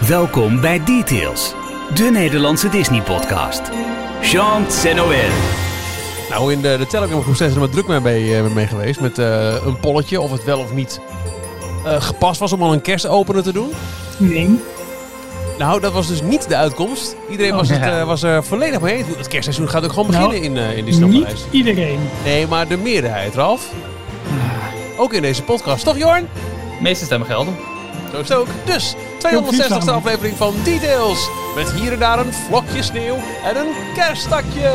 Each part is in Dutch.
Welkom bij Details, de Nederlandse Disney-podcast. Chant en Noël. Nou, in de Telegram groep zijn ze er maar druk mee geweest. Met een polletje of het wel of niet gepast was om al een kerstopener te doen. Nee. Nou, dat was dus niet de uitkomst. Iedereen was er volledig mee eens. Het kerstseizoen gaat ook gewoon beginnen in Disneyland Parijs. Niet iedereen. Nee, maar de meerderheid, Ralf. Ook in deze podcast, toch Jorn? De meeste stemmen gelden. Zo is het ook. Dus, 260ste aflevering van Details. Met hier en daar een vlokje sneeuw en een kersttakje.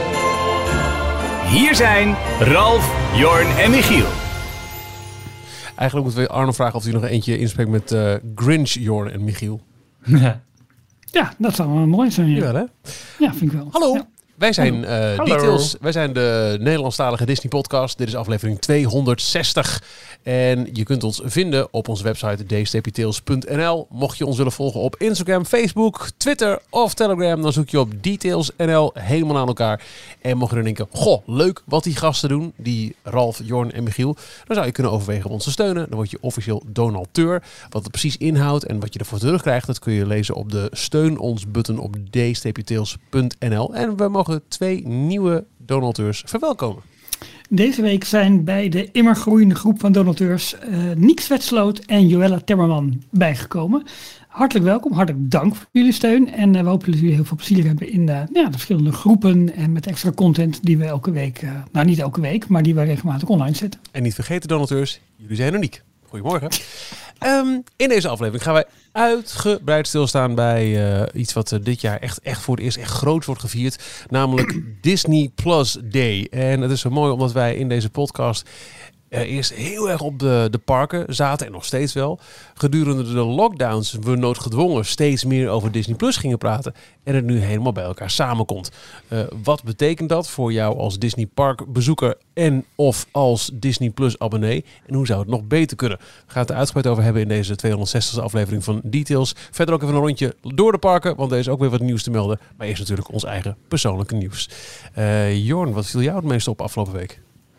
Hier zijn Ralf, Jorn en Michiel. Eigenlijk moeten we Arno vragen of hij nog eentje inspreekt met Grinch, Jorn en Michiel. Ja, dat zou wel mooi zijn. Ja, hè? Ja, vind ik wel. Hallo. Ja. Wij zijn Hallo. Details. Wij zijn de Nederlandstalige Disney podcast. Dit is aflevering 260. En je kunt ons vinden op onze website dstptails.nl. Mocht je ons willen volgen op Instagram, Facebook, Twitter of Telegram, dan zoek je op Details.nl helemaal aan elkaar. En mocht je dan denken, goh, leuk wat die gasten doen, die Ralf, Jorn en Michiel, dan zou je kunnen overwegen om ons te steunen. Dan word je officieel donateur. Wat het precies inhoudt en wat je ervoor terugkrijgt, dat kun je lezen op de steun ons button op dstptails.nl. En we mogen 2 nieuwe donateurs verwelkomen. Deze week zijn bij de immer groeiende groep van donateurs Niek Zwetsloot en Joella Temmerman bijgekomen. Hartelijk welkom, hartelijk dank voor jullie steun. En we hopen dat jullie heel veel plezier hebben in de verschillende groepen en met extra content die we elke week, niet elke week, maar die we regelmatig online zetten. En niet vergeten donateurs, jullie zijn uniek. Goedemorgen. In deze aflevering gaan wij uitgebreid stilstaan bij iets wat dit jaar echt voor het eerst echt groot wordt gevierd. Namelijk Disney Plus Day. En het is zo mooi omdat wij in deze podcast eerst heel erg op de parken zaten en nog steeds wel. Gedurende de lockdowns we noodgedwongen steeds meer over Disney Plus gingen praten. En het nu helemaal bij elkaar samenkomt. Wat betekent dat voor jou als Disney Park bezoeker en of als Disney Plus abonnee? En hoe zou het nog beter kunnen? We gaan het er uitgebreid over hebben in deze 260e aflevering van Details. Verder ook even een rondje door de parken, want er is ook weer wat nieuws te melden. Maar eerst natuurlijk ons eigen persoonlijke nieuws. Jorn, wat viel jou het meest op afgelopen week?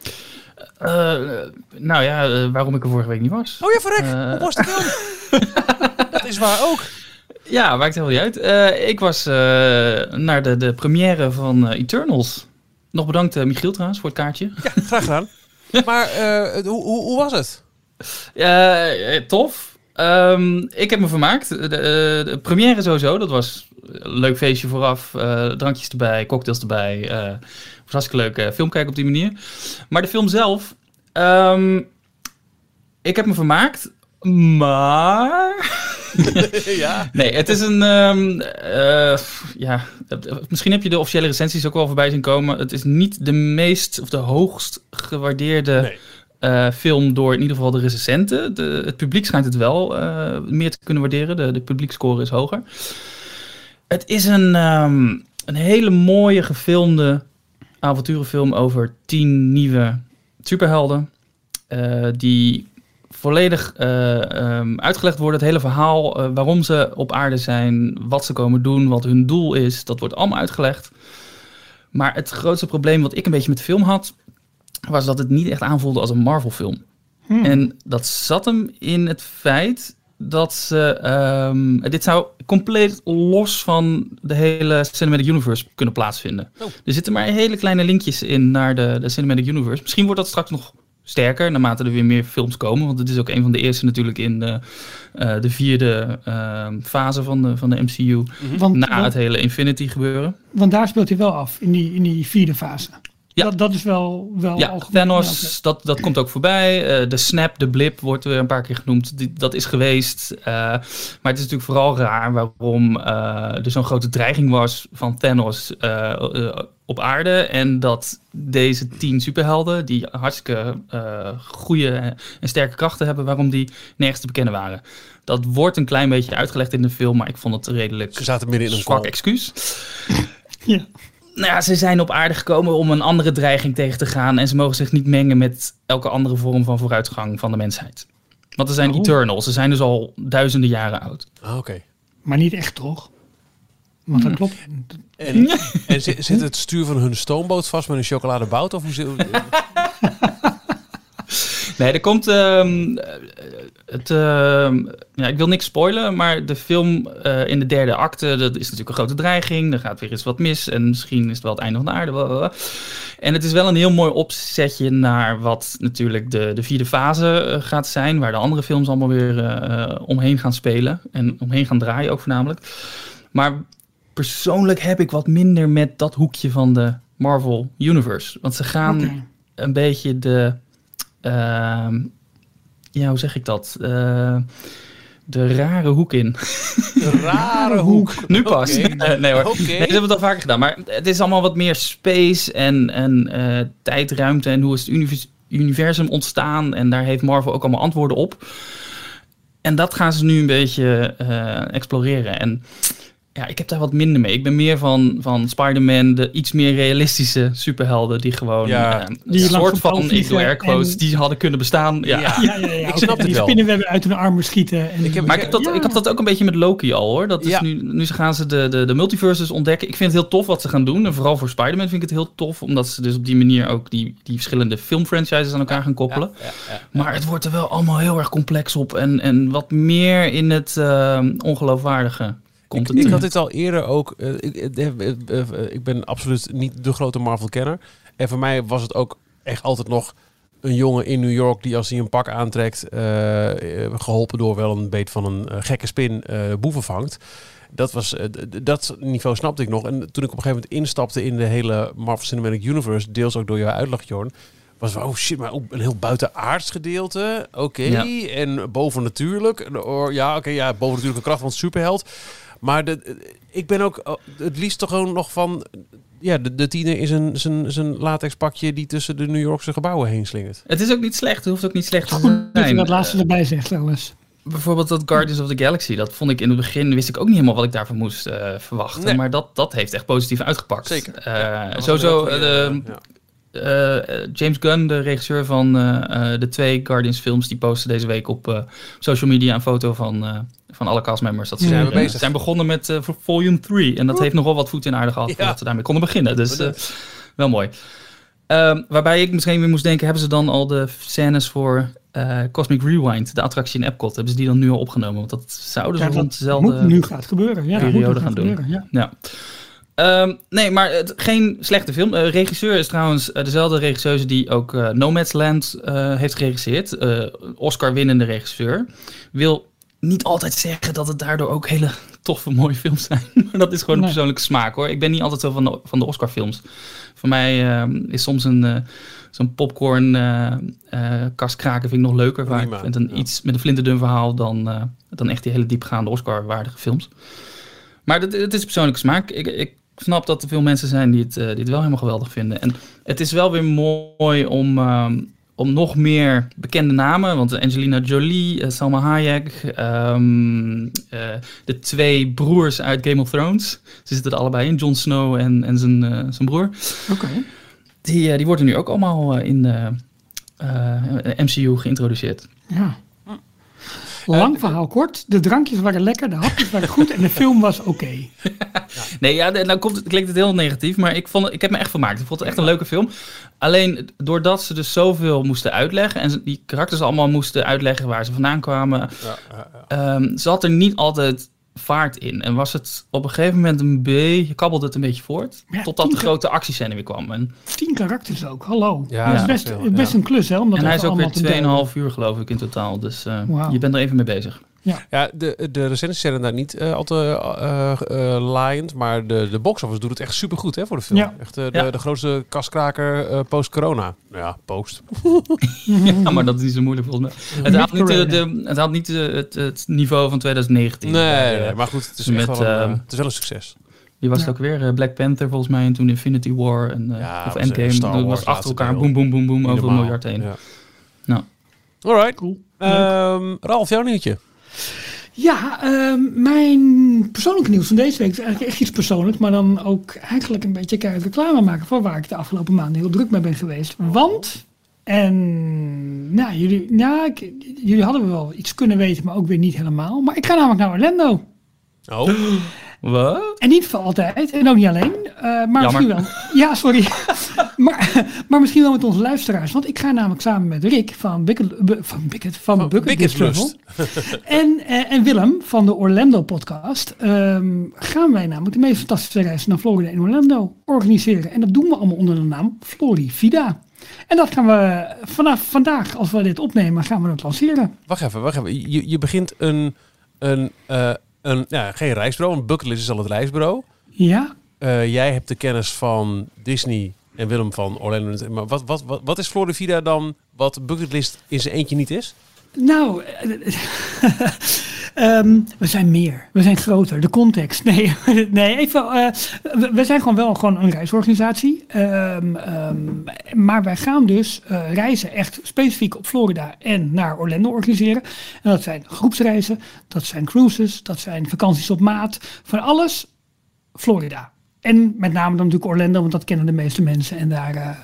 Waarom ik er vorige week niet was. Oh ja, verrek. Hoe was het dan? Dat is waar ook. Ja, maakt helemaal niet uit. Ik was naar de première van Eternals. Nog bedankt Michiel trouwens voor het kaartje. Ja, graag gedaan. Maar hoe was het? Tof. Ik heb me vermaakt. De première sowieso, dat was een leuk feestje vooraf. Drankjes erbij, cocktails erbij. Het was hartstikke leuk film kijken op die manier. Maar de film zelf, ik heb me vermaakt, maar... Ja. Nee, het is een... misschien heb je de officiële recensies ook wel voorbij zien komen. Het is niet de meest of de hoogst gewaardeerde film door in ieder geval de recensenten. Het publiek schijnt het wel meer te kunnen waarderen. De publiekscore is hoger. Het is een hele mooie gefilmde avonturenfilm over 10 nieuwe superhelden. Die volledig uitgelegd worden. Het hele verhaal, waarom ze op aarde zijn, wat ze komen doen, wat hun doel is. Dat wordt allemaal uitgelegd. Maar het grootste probleem wat ik een beetje met de film had, was dat het niet echt aanvoelde als een Marvel film. En dat zat hem in het feit dat ze... dit zou compleet los van de hele Cinematic Universe kunnen plaatsvinden. Oh. Er zitten maar hele kleine linkjes in naar de Cinematic Universe. Misschien wordt dat straks nog sterker, naarmate er weer meer films komen. Want het is ook een van de eerste natuurlijk in de 4e fase van de MCU. Na het hele Infinity gebeuren. Want daar speelt hij wel af, in die 4e fase. Ja. Dat is wel ja, Thanos, dat komt ook voorbij. De snap, de blip wordt weer een paar keer genoemd. Dat is geweest. Maar het is natuurlijk vooral raar waarom er zo'n grote dreiging was van Thanos op aarde. En dat deze 10 superhelden, die hartstikke goede en sterke krachten hebben, waarom die nergens te bekennen waren. Dat wordt een klein beetje uitgelegd in de film, maar ik vond het redelijk Ze zaten midden in een zwak excuus. Ja. Nou ja, ze zijn op aarde gekomen om een andere dreiging tegen te gaan. En ze mogen zich niet mengen met elke andere vorm van vooruitgang van de mensheid. Want er zijn Eternals. Ze zijn dus al duizenden jaren oud. Oké. Maar niet echt, toch? Want dat klopt. En zit het stuur van hun stoomboot vast met een chocoladebout? Of hoe? Nee, er komt... Ik wil niks spoilen, maar de film in de derde acte, dat is natuurlijk een grote dreiging. Er gaat weer eens wat mis en misschien is het wel het einde van de aarde. Blablabla. En het is wel een heel mooi opzetje naar wat natuurlijk de vierde fase gaat zijn, waar de andere films allemaal weer omheen gaan spelen en omheen gaan draaien ook voornamelijk. Maar persoonlijk heb ik wat minder met dat hoekje van de Marvel Universe. Want ze gaan een beetje de... hoe zeg ik dat? De rare hoek in. De rare hoek. Nu pas. Okay. Nee hoor. Nee, ze hebben het al vaker gedaan. Maar het is allemaal wat meer space en tijdruimte en hoe is het universum ontstaan. En daar heeft Marvel ook allemaal antwoorden op. En dat gaan ze nu een beetje exploreren. En ja, ik heb daar wat minder mee. Ik ben meer van Spider-Man, de iets meer realistische superhelden die gewoon die een soort van, ik doe air quotes, die hadden kunnen bestaan. Ja. Ik snap het die wel. Spinnenwebben uit hun armen schieten. En ik had dat ook een beetje met Loki al hoor. Dat is nu gaan ze de multiverses ontdekken. Ik vind het heel tof wat ze gaan doen. En vooral voor Spider-Man vind ik het heel tof. Omdat ze dus op die manier ook die verschillende filmfranchises aan elkaar gaan koppelen. Maar het wordt er wel allemaal heel erg complex op. En wat meer in het ongeloofwaardige. Ik had dit al eerder ook. Ik ben absoluut niet de grote Marvel-kenner. En voor mij was het ook echt altijd nog een jongen in New York die als hij een pak aantrekt, geholpen door wel een beet van een gekke spin, boeven vangt. Dat niveau snapte ik nog. En toen ik op een gegeven moment instapte in de hele Marvel Cinematic Universe, deels ook door jouw uitleg, Jorn, was van, oh shit, maar ook een heel buitenaards gedeelte. Oké. En bovennatuurlijk. Bovennatuurlijke kracht van het superheld. Maar ik ben ook het liefst toch gewoon nog van de tiener in zijn latexpakje die tussen de New Yorkse gebouwen heen slingert. Het is ook niet slecht. Het hoeft ook niet slecht te zijn. Goed dat je dat laatste erbij zegt trouwens. Bijvoorbeeld dat Guardians of the Galaxy. Dat vond ik in het begin, wist ik ook niet helemaal wat ik daarvan moest verwachten. Nee. Maar dat heeft echt positief uitgepakt. Zeker. James Gunn, de regisseur van de 2 Guardians films, die postte deze week op social media een foto van alle castmembers. Dat ze zijn begonnen met volume 3. En dat heeft nogal wat voet in aarde gehad voordat ze daarmee konden beginnen. Dus wel mooi. Waarbij ik misschien weer moest denken, hebben ze dan al de scènes voor Cosmic Rewind, de attractie in Epcot, hebben ze die dan nu al opgenomen? Want dat zouden ze rond dezelfde moet nu gaat gebeuren. periode gaan doen. Ja. Nee, maar geen slechte film. Regisseur is trouwens dezelfde regisseur die ook Nomadland heeft geregisseerd. Oscar-winnende regisseur. Wil niet altijd zeggen dat het daardoor ook hele toffe, mooie films zijn. Maar dat is gewoon een persoonlijke smaak hoor. Ik ben niet altijd zo van de Oscar-films. Voor mij is soms zo'n popcorn kastkraken vind ik nog leuker. Waar ik vind iets met een flinterdun verhaal dan echt die hele diepgaande Oscar-waardige films. Maar het is persoonlijke smaak. Ik snap dat er veel mensen zijn die het wel helemaal geweldig vinden. En het is wel weer mooi om nog meer bekende namen. Want Angelina Jolie, Salma Hayek, de 2 broers uit Game of Thrones. Ze zitten er allebei in, Jon Snow en zijn broer. Oké. Die worden nu ook allemaal in de MCU geïntroduceerd. Ja. Lang verhaal kort. De drankjes waren lekker, de hapjes waren goed en de film was oké. Nee, nou klinkt het heel negatief, maar ik heb me echt vermaakt. Ik vond het echt een leuke film. Alleen doordat ze dus zoveel moesten uitleggen en die karakters allemaal moesten uitleggen waar ze vandaan kwamen, zat er niet altijd vaart in. En was het op een gegeven moment kabbelde het een beetje voort, totdat de grote actiescène weer kwam. En 10 karakters ook, hallo. Ja, dat is best een klus, hè? En hij is ook weer 2,5 uur geloof ik in totaal. Dus je bent er even mee bezig. Ja, de recensies zijn daar niet al te laaiend, maar de box-office doet het echt supergoed hè, voor de film. Ja. Echt de grootste kaskraker post-corona. Ja, post. Ja, maar dat is niet zo moeilijk volgens mij. Het haalt niet het niveau van 2019. Nee, maar goed, het is wel een succes. Die was het ook weer, Black Panther volgens mij en toen Infinity War of Endgame. Dat was achter elkaar, boem, boem, boem, boem, over een miljard heen. Ja. Nou. Alright. Cool. Ralf, jouw nieuwtje. Ja, mijn persoonlijke nieuws van deze week is eigenlijk echt iets persoonlijks, maar dan ook eigenlijk een beetje keihard reclame maken voor waar ik de afgelopen maanden heel druk mee ben geweest. Want, jullie hadden wel iets kunnen weten, maar ook weer niet helemaal. Maar ik ga namelijk naar Orlando. Oh, wat? En niet voor altijd, en ook niet alleen. Maar misschien wel. Ja, sorry. maar misschien wel met onze luisteraars. Want ik ga namelijk samen met Rick van Bucket List Travel en Willem van de Orlando podcast gaan wij namelijk de meest fantastische reis naar Florida in Orlando organiseren. En dat doen we allemaal onder de naam Florivida. En dat gaan we vanaf vandaag, als we dit opnemen, gaan we dat lanceren. Wacht even. Je begint geen reisbureau, een bucketlist is al het reisbureau. Ja. Jij hebt de kennis van Disney en Willem van Orlando. Maar wat is Florivida dan wat bucketlist in zijn eentje niet is? Nou, we zijn meer. We zijn groter. De context. Nee, even. We zijn gewoon een reisorganisatie. Maar wij gaan dus reizen echt specifiek op Florida en naar Orlando organiseren. En dat zijn groepsreizen, dat zijn cruises, dat zijn vakanties op maat. Van alles Florida. En met name dan natuurlijk Orlando, want dat kennen de meeste mensen. En daar,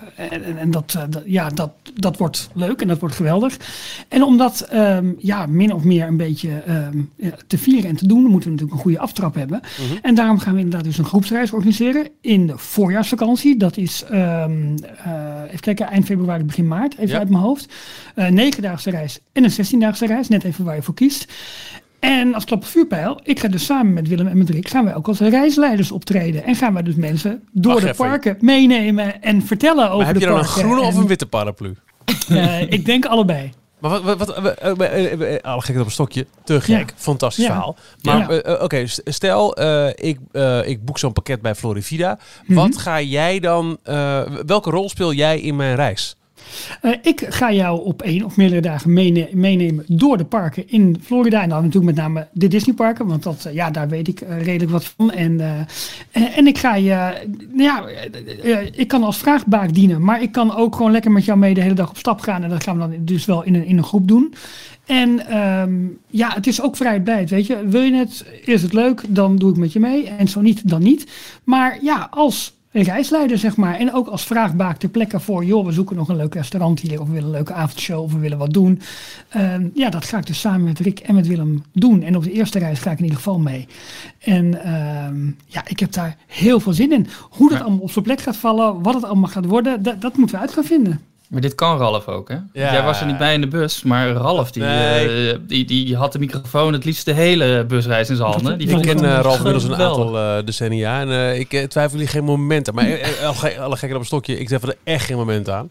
dat wordt leuk en dat wordt geweldig. En om dat min of meer een beetje te vieren en te doen, moeten we natuurlijk een goede aftrap hebben. Mm-hmm. En daarom gaan we inderdaad dus een groepsreis organiseren in de voorjaarsvakantie. Dat is, even kijken, eind februari, begin maart, even uit mijn hoofd. 9-daagse reis en een 16-daagse reis, net even waar je voor kiest. En als klap op vuurpijl, ik ga dus samen met Willem en met Rick, gaan wij ook als reisleiders optreden. En gaan wij dus mensen door de parken meenemen en vertellen over de parken. Maar heb je dan een groene of een witte paraplu? Ik denk allebei. Maar alle gekheid op een stokje, te gek, fantastisch verhaal. Maar oké, stel ik boek zo'n pakket bij Florivida. Mm-hmm. Wat ga jij dan, welke rol speel jij in mijn reis? Ik ga jou op 1 of meerdere dagen meenemen door de parken in Florida. En dan natuurlijk met name de Disneyparken. Want dat, daar weet ik redelijk wat van. En ik ga je... ik kan als vraagbaak dienen. Maar ik kan ook gewoon lekker met jou mee de hele dag op stap gaan. En dat gaan we dan dus wel in een groep doen. En het is ook vrijheid, weet je. Wil je het, is het leuk, dan doe ik met je mee. En zo niet, dan niet. Maar ja, als reisleider, zeg maar. En ook als vraagbaak ter plekke voor, we zoeken nog een leuk restaurant hier, of we willen een leuke avondshow, of we willen wat doen. Dat ga ik dus samen met Rick en met Willem doen. En op de eerste reis ga ik in ieder geval mee. En ik heb daar heel veel zin in. Hoe dat allemaal op zijn plek gaat vallen, wat het allemaal gaat worden, dat moeten we uit gaan vinden. Maar dit kan Ralf ook, hè? Ja. Jij was er niet bij in de bus, maar Ralf die had de microfoon het liefst de hele busreis in zijn handen. Ik ken Ralf inmiddels een aantal decennia en ik twijfel jullie geen momenten. Maar alle gekken op een stokje, ik twijfel er echt geen moment aan.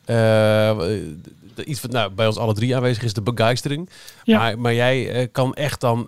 Iets wat bij ons alle drie aanwezig is, de begeistering. Ja. Maar jij kan echt dan,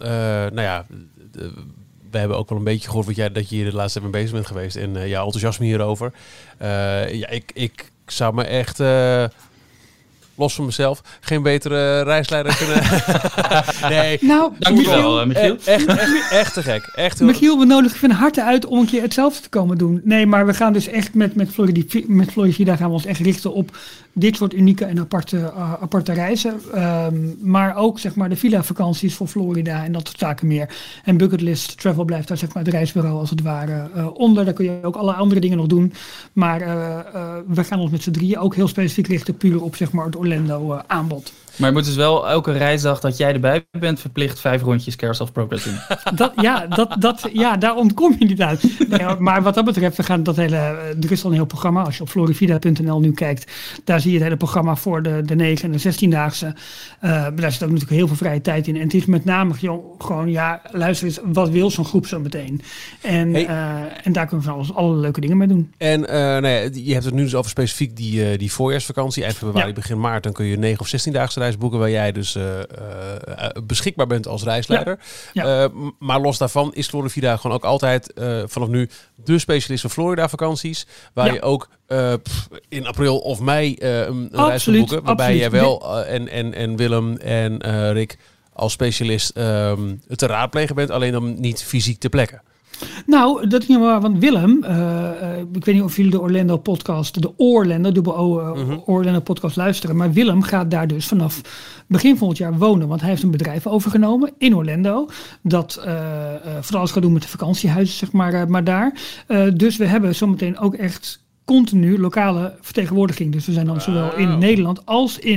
we hebben ook wel een beetje gehoord dat je hier de laatste tijd mee bezig bent geweest en jouw enthousiasme hierover. Ik zou me echt, los van mezelf, geen betere reisleider kunnen. Nee. Nou, dankjewel, Michiel. Echt te gek. Echt Michiel, we nodigen van harte uit om een keer hetzelfde te komen doen. Nee, maar we gaan dus echt met Florivida gaan we ons echt richten op dit soort unieke en aparte reizen. Maar ook zeg maar de villa-vakanties voor Florida en dat soort zaken meer. En Bucket List Travel blijft daar zeg maar het reisbureau als het ware onder. Daar kun je ook alle andere dingen nog doen. Maar we gaan ons met z'n drieën ook heel specifiek richten puur op zeg maar het Orlando aanbod. Maar je moet dus wel elke reisdag dat jij erbij bent verplicht 5 rondjes Carousel of Progress doen. Daar ontkom je niet uit. Nee, maar wat dat betreft, we gaan er is al een heel programma. Als je op florivida.nl nu kijkt, daar zie je het hele programma voor de 9 en de 16-daagse. Daar zit ook natuurlijk heel veel vrije tijd in. En het is met name gewoon, luister eens, wat wil zo'n groep zo meteen? En daar kunnen we van alle leuke dingen mee doen. En je hebt het nu dus over specifiek die voorjaarsvakantie. Eind februari, begin maart, dan kun je 9 of 16-daagse reis boeken waar jij dus beschikbaar bent als reisleider. Ja. Maar los daarvan is Florivida gewoon ook altijd vanaf nu de specialist van Florida vakanties. Waar je ook in april of mei een reis kan boeken. Waarbij jij wel en Willem en Rick als specialist te raadplegen bent. Alleen dan niet fysiek ter plekke. Nou, dat is niet waar, want Willem, ik weet niet of jullie de Orlando podcast, de Orlando podcast luisteren, maar Willem gaat daar dus vanaf begin volgend jaar wonen, want hij heeft een bedrijf overgenomen in Orlando, dat van alles gaat doen met de vakantiehuizen, zeg maar daar. Dus we hebben zometeen ook echt continu lokale vertegenwoordiging. Dus we zijn dan zowel in Nederland als in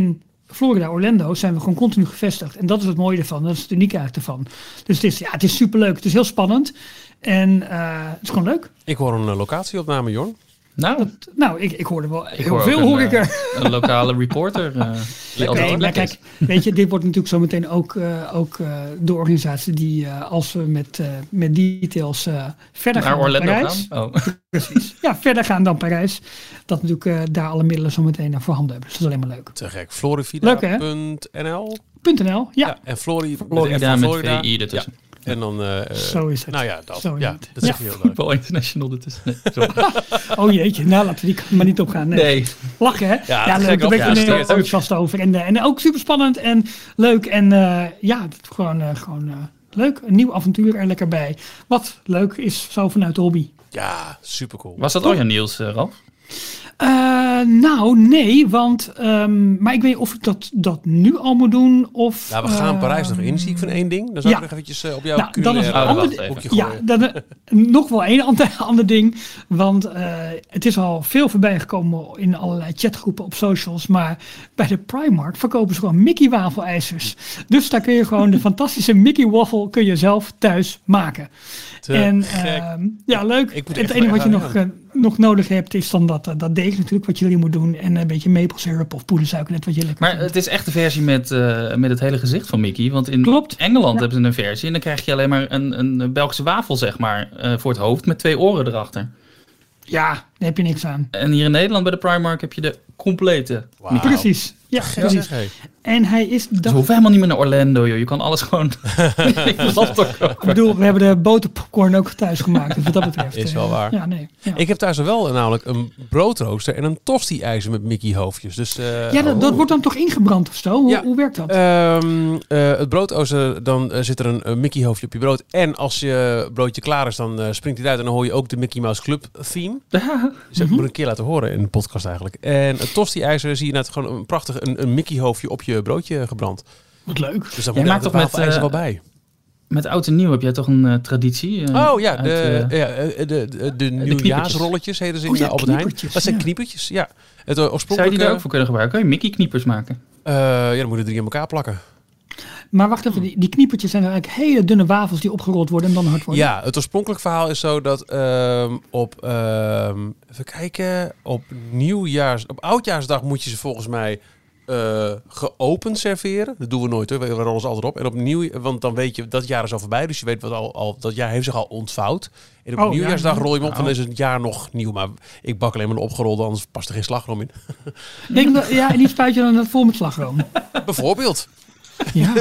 Florida, Orlando zijn we gewoon continu gevestigd. En dat is het mooie ervan. Dat is het unieke eigenlijk ervan. Dus het is superleuk. Het is heel spannend. En het is gewoon leuk. Ik hoor een locatieopname, Jorn. Ik hoorde wel heel veel, hoor ik er. Een lokale reporter. Nee, maar kijk, weet je, dit wordt natuurlijk zometeen ook de organisatie die, als we met details verder gaan naar Parijs. Gaan? Oh. Precies. Ja, verder gaan dan Parijs. Dat natuurlijk daar alle middelen zometeen voorhanden hebben. Dus dat is alleen maar leuk. Te gek. Florida.nl. .nl, ja. En Florida met VI ertussen. Ja. En dan, zo is het. Nou ja, dat is zeg je heel leuk. Voetbal International ertussen. Nee, oh jeetje, nou laten we die maar niet opgaan. Nee. Lachen, hè? Ja, leuk. Daar ben ik er enthousiast over. En ook super spannend en leuk. En gewoon leuk. Een nieuw avontuur er lekker bij. Wat leuk is zo vanuit de hobby. Ja, super cool. Was dat al je nieuws, Ralf? Nou, nee, want maar ik weet niet of ik dat nu al moet doen of... Nou, we gaan Parijs nog in, zie ik van één ding. Dan zou ik nog eventjes op jouw boekje gooien. Ja, dan nog wel één ander ding, want het is al veel voorbij gekomen in allerlei chatgroepen op socials, maar bij de Primark verkopen ze gewoon Mickey wafelijzers. Dus daar kun je gewoon de fantastische Mickey waffle kun je zelf thuis maken. Ja, leuk. Het enige wat je nog nodig hebt is dan dat deeg natuurlijk wat je erin moet doen en een beetje maple syrup of poedersuiker, net wat je lekker vindt. Het is echt de versie met het hele gezicht van Mickey, want in Engeland hebben ze een versie en dan krijg je alleen maar een Belgische wafel, zeg maar, voor het hoofd met 2 oren erachter. Ja, daar heb je niks aan. En hier in Nederland bij de Primark heb je de complete. Wow. Precies. Ja, precies. En hij is... Dus we hoeven helemaal niet meer naar Orlando, joh. Je kan alles gewoon... Ik bedoel, we hebben de boterpopcorn ook thuis gemaakt. Dus wat dat betreft. Is wel waar. Ja, nee. Ja. Ik heb thuis wel namelijk een broodrooster en een tosti-ijzer met Mickey hoofdjes. Dus, dat wordt dan toch ingebrand of zo? Hoe werkt dat? Het broodrooster, dan zit er een Mickey hoofdje op je brood. En als je broodje klaar is, dan springt hij uit. En dan hoor je ook de Mickey Mouse Club theme. Dus dat moet ik een keer laten horen in de podcast eigenlijk. En het tosti-ijzer zie je net gewoon een prachtig een Mickey hoofdje op je broodje gebrand. Wat leuk. Dus dan moet maakt toch met ijzer wel bij. Met oud en nieuw heb jij toch een traditie? De nieuwjaarsrolletjes heten ze in Albert Heijn. Dat zijn kniepertjes, ja. Het oorspronkelijke... Zou je die daar ook voor kunnen gebruiken? Kan je Mickey kniepers maken? Dan moeten 3 aan elkaar plakken. Maar wacht even, die kniepertjes zijn eigenlijk hele dunne wafels die opgerold worden en dan hard worden. Ja, het oorspronkelijk verhaal is zo dat even kijken, op oudjaarsdag moet je ze volgens mij geopend serveren. Dat doen we nooit hoor, we rollen ze altijd op. En op want dan weet je, dat jaar is al voorbij, dus je weet dat jaar heeft zich al ontvouwd. En op nieuwjaarsdag rol je hem op, dan is het jaar nog nieuw. Maar ik bak alleen maar een opgerolde, anders past er geen slagroom in. En die spuit je dan net vol met slagroom. Bijvoorbeeld. Ja,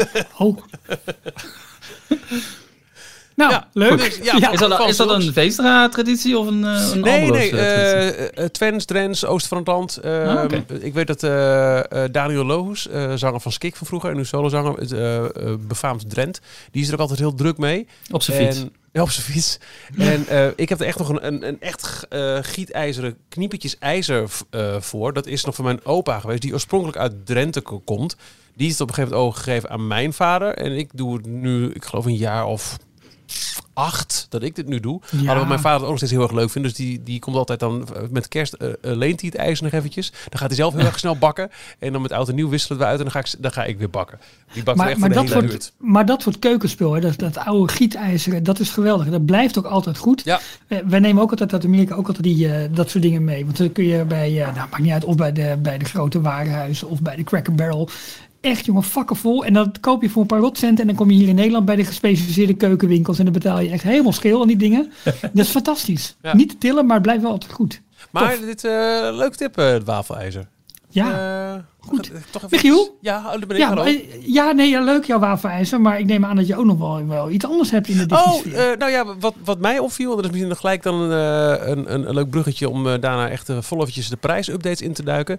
Nou, ja, leuk. Dus, ja, is dat een Veestra-traditie of een Nee. Twens, Drents, oosten van het land. Okay. Ik weet dat Daniel Lohus, zanger van Skik van vroeger en nu solozanger, befaamd Drent, die is er ook altijd heel druk mee. Op zijn fiets. Ja, op zijn fiets. En ik heb er echt nog een echt gietijzeren kniepertjes ijzer voor. Dat is nog van mijn opa geweest, die oorspronkelijk uit Drenthe komt. Die is het op een gegeven moment overgegeven aan mijn vader. En ik doe het nu, ik geloof een jaar of 8 dat ik dit nu doe. Ja. Hadden we mijn vader ook nog steeds heel erg leuk vinden. Dus die komt altijd dan met kerst, leent hij het ijzer nog eventjes. Dan gaat hij zelf heel erg snel bakken. En dan met oud en nieuw wisselen we uit en dan ga ik weer bakken. Die bakt echt voor de hele buurt. Maar dat soort keukenspul, hè, dat oude gietijzer, dat is geweldig. Dat blijft ook altijd goed. Ja. Wij nemen ook altijd uit Amerika ook altijd dat soort dingen mee. Want dan kun je bij, maakt niet uit, of bij de grote warenhuizen of bij de Cracker Barrel. Echt, jongen, vakken vol. En dat koop je voor een paar rotcenten. En dan kom je hier in Nederland bij de gespecialiseerde keukenwinkels. En dan betaal je echt helemaal schil aan die dingen. Dat is fantastisch. Ja. Niet te tillen, maar het blijft wel altijd goed. Maar dit leuk tip, het wafelijzer. Ja, goed. Toch even Michiel? Ja, daar ben ik leuk jouw wafelijzer. Maar ik neem aan dat je ook nog wel iets anders hebt in de Disney-sfeer. Wat mij opviel, dat is misschien gelijk dan een leuk bruggetje om daarna echt vol eventjes de prijsupdates in te duiken.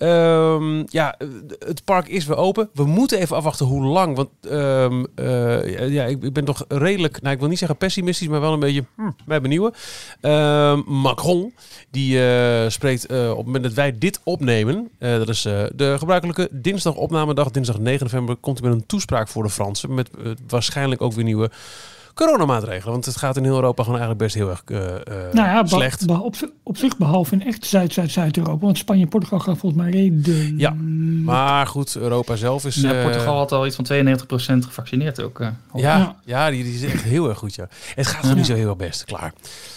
Het park is weer open. We moeten even afwachten hoe lang. Want ik ben toch redelijk, ik wil niet zeggen pessimistisch, maar wel een beetje mij benieuwen. Macron, die spreekt op het moment dat wij dit opnemen, dat is de gebruikelijke dinsdagopnamedag, dinsdag 9 november, komt hij met een toespraak voor de Fransen. Met waarschijnlijk ook weer nieuwe coronamaatregelen. Want het gaat in heel Europa gewoon eigenlijk best heel erg slecht. Op zich behalve in echt Zuid-Zuid-Zuid-Europa. Want Spanje en Portugal gaan volgens mij redelijk. Ja, maar goed, Europa zelf is... Portugal had al iets van 92% gevaccineerd ook. Die is echt heel erg goed, ja. Het gaat gewoon niet zo heel erg best, klaar.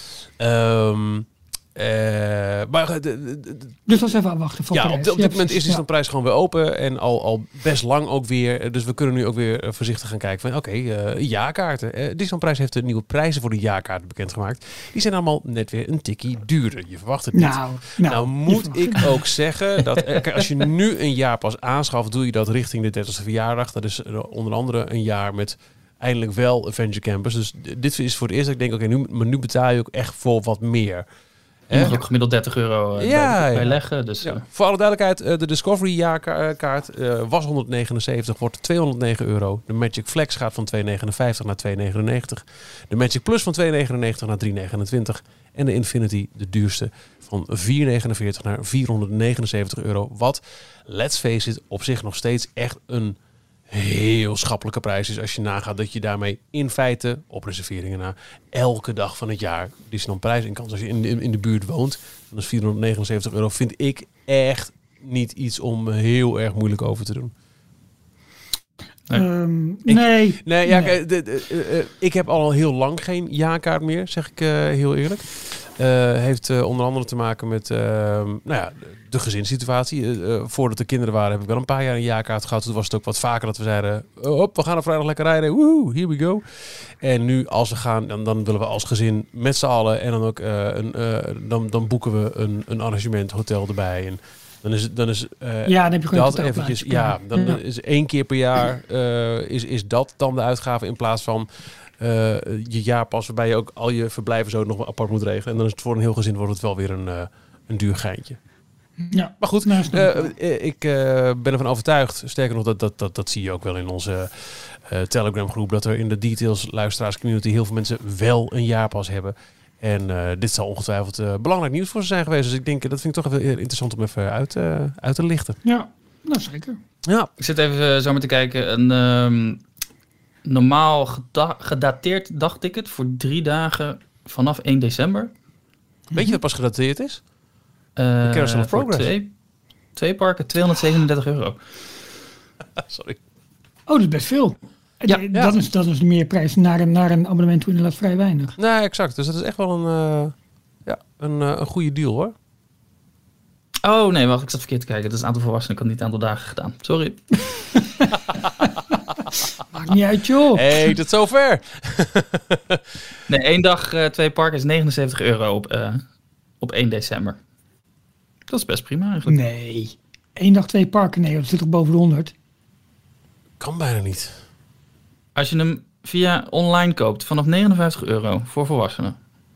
Dus dat is even afwachten. Op dit moment is de prijs gewoon weer open en al best lang ook weer. Dus we kunnen nu ook weer voorzichtig gaan kijken van jaarkaarten. Disneylandprijs heeft de nieuwe prijzen voor de jaarkaarten bekendgemaakt. Die zijn allemaal net weer een tikkie duurder. Je verwacht het niet. Nou moet ik ook zeggen dat als je nu een jaarpas aanschaft, doe je dat richting de 30e verjaardag. Dat is onder andere een jaar met eindelijk wel Adventure Campus. Dus dit is voor het eerst dat ik denk, nu betaal je ook echt voor wat meer. Je mag ook gemiddeld €30 bij leggen. Dus, Voor alle duidelijkheid, de Discovery jaarkaart was €179, wordt €209. De Magic Flex gaat van €259 naar €299. De Magic Plus van €299 naar €329. En de Infinity, de duurste, van €449 naar €479. Wat, let's face it, op zich nog steeds echt een heel schappelijke prijs is als je nagaat dat je daarmee in feite op reserveringen na elke dag van het jaar Disneyland prijs in kan. Als je in de buurt woont, dan is €479 vind ik echt niet iets om heel erg moeilijk over te doen. Nee. Ik heb al heel lang geen jaarkaart meer, zeg ik heel eerlijk. Heeft onder andere te maken met de gezinssituatie. Voordat de kinderen waren heb ik wel een paar jaar een jaarkaart gehad. Toen was het ook wat vaker dat we zeiden, we gaan er vrijdag lekker rijden. Woehoe, here we go. En nu als we gaan, dan willen we als gezin met z'n allen en dan ook dan boeken we een arrangement, hotel erbij. En dan heb je gewoon dat eventjes. Dan is 1 keer per jaar is dat dan de uitgave in plaats van je jaarpas waarbij je ook al je verblijven zo nog apart moet regelen. En dan is het voor een heel gezin wordt het wel weer een duur geintje. Ja. Maar goed, ik ben ervan overtuigd. Sterker nog, dat zie je ook wel in onze Telegram groep. Dat er in de Details luisteraars community heel veel mensen wel een jaarpas hebben. En dit zal ongetwijfeld belangrijk nieuws voor ze zijn geweest. Dus ik denk, dat vind ik toch wel interessant om even uit te lichten. Ja, nou zeker. Ja. Ik zit even zo maar te kijken. Een normaal gedateerd dagticket voor 3 dagen vanaf 1 december. Weet je wat pas gedateerd is? Carousel of Progress. Twee parken, €237. Sorry. Oh, dat is best veel. Ja. Dat is de meerprijs naar een abonnement toe inderdaad vrij weinig. Nee, exact. Dus dat is echt wel een goede deal, hoor. Oh nee, wacht, ik zat verkeerd te kijken. Dat is het aantal volwassenen. Ik had niet het aantal dagen gedaan. Sorry. Maakt niet uit, joh. Hey, tot zover. Nee, 1 dag 2 parken is €79 op 1 december. Dat is best prima eigenlijk. Nee. 1 dag 2 parken, nee, dat zit toch boven de 100? Kan bijna niet. Als je hem via online koopt, vanaf €59 voor volwassenen.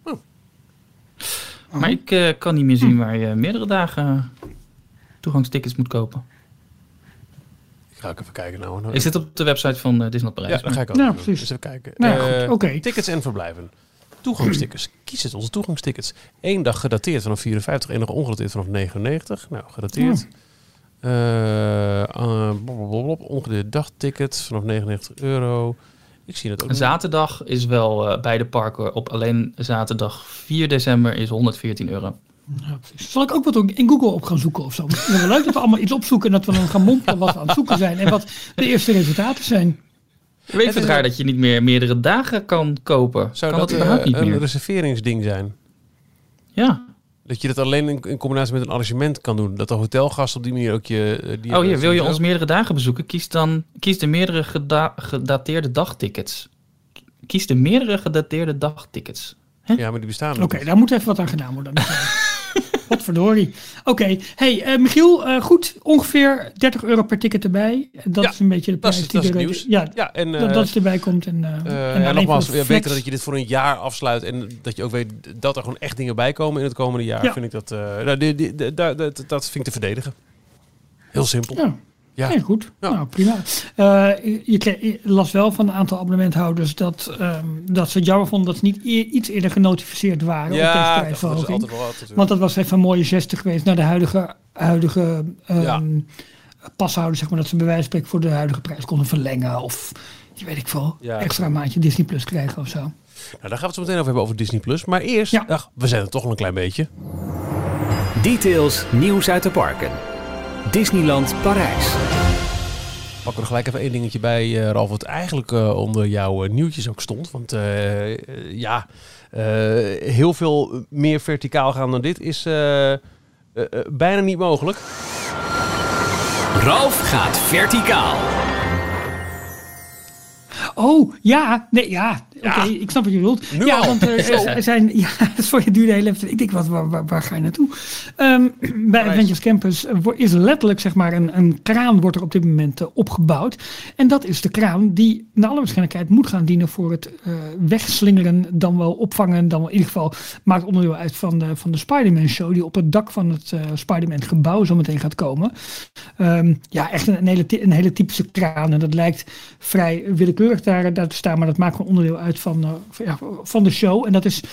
Maar ik kan niet meer zien waar je meerdere dagen toegangstickets moet kopen. Ik ga ook even kijken nou. Ik zit op de website van Disneyland Parijs. Ja, dan ga ik ook doen. Precies. Dus even kijken. Nou, goed, Tickets en verblijven. Toegangstickets. Kies het, onze toegangstickets. 1 dag gedateerd vanaf 54, 1 dag ongedateerd vanaf 99. Nou, gedateerd. Ongedateerd dagticket vanaf €99. Ik zie het ook. Een zaterdag is wel bij de parken op alleen zaterdag 4 december is €114. Ja, zal ik ook wat in Google op gaan zoeken of zo? Het is wel leuk dat we allemaal iets opzoeken en dat we dan gaan mompelen wat we aan het zoeken zijn en wat de eerste resultaten zijn. Weet je het raar dat je niet meer meerdere dagen kan kopen? Zou kan dat überhaupt niet meer? Een reserveringsding zijn? Ja. Dat je dat alleen in combinatie met een arrangement kan doen. Dat de hotelgast op die manier ook je... wil je ons meerdere dagen bezoeken? Kies de meerdere gedateerde dagtickets. Kies de meerdere gedateerde dagtickets. Huh? Ja, maar die bestaan Oké, daar moet even wat aan gedaan worden. Wat verdorie. Oké, hey Michiel, goed. Ongeveer €30 per ticket erbij. Dat is een beetje de prijs die er nieuws. Dat het erbij komt. En nogmaals, weten dat je dit voor een jaar afsluit en dat je ook weet dat er gewoon echt dingen bij komen in het komende jaar. Vind ik dat vind ik te verdedigen. Heel simpel. Ja. Heel goed. Ja. Nou, prima. Je las wel van een aantal abonnementhouders dat ze het jammer vonden dat ze niet iets eerder genotificeerd waren op deze prijsverhoging. Want dat was even een mooie geste geweest naar de huidige pashouders, zeg maar, dat ze bij wijze van spreken voor de huidige prijs konden verlengen of Die weet ik veel. Ja. Extra maandje Disney Plus krijgen of zo. Nou, daar gaan we het zo meteen over hebben over Disney Plus. Maar eerst, we zijn er toch al een klein beetje. Details, nieuws uit de parken. Disneyland Parijs. Pak er gelijk even één dingetje bij, Ralf, wat eigenlijk onder jouw nieuwtjes ook stond. Want heel veel meer verticaal gaan dan dit is bijna niet mogelijk. Ralf gaat verticaal. Oh, ja. Nee, ja. Oké, ik snap wat je bedoelt. Nu ja, al. want er zijn... Ja, sorry, het duurde heel even. Ik denk, waar ga je naartoe? Bij Avengers Campus is letterlijk, zeg maar, een kraan wordt er op dit moment opgebouwd. En dat is de kraan die naar alle waarschijnlijkheid moet gaan dienen voor het wegslingeren, dan wel opvangen, dan wel in ieder geval maakt onderdeel uit van de Spider-Man show die op het dak van het Spider-Man gebouw zo meteen gaat komen. Echt een hele typische kraan. En dat lijkt vrij willekeurig daar te staan, maar dat maakt een onderdeel uit van de show. En dat is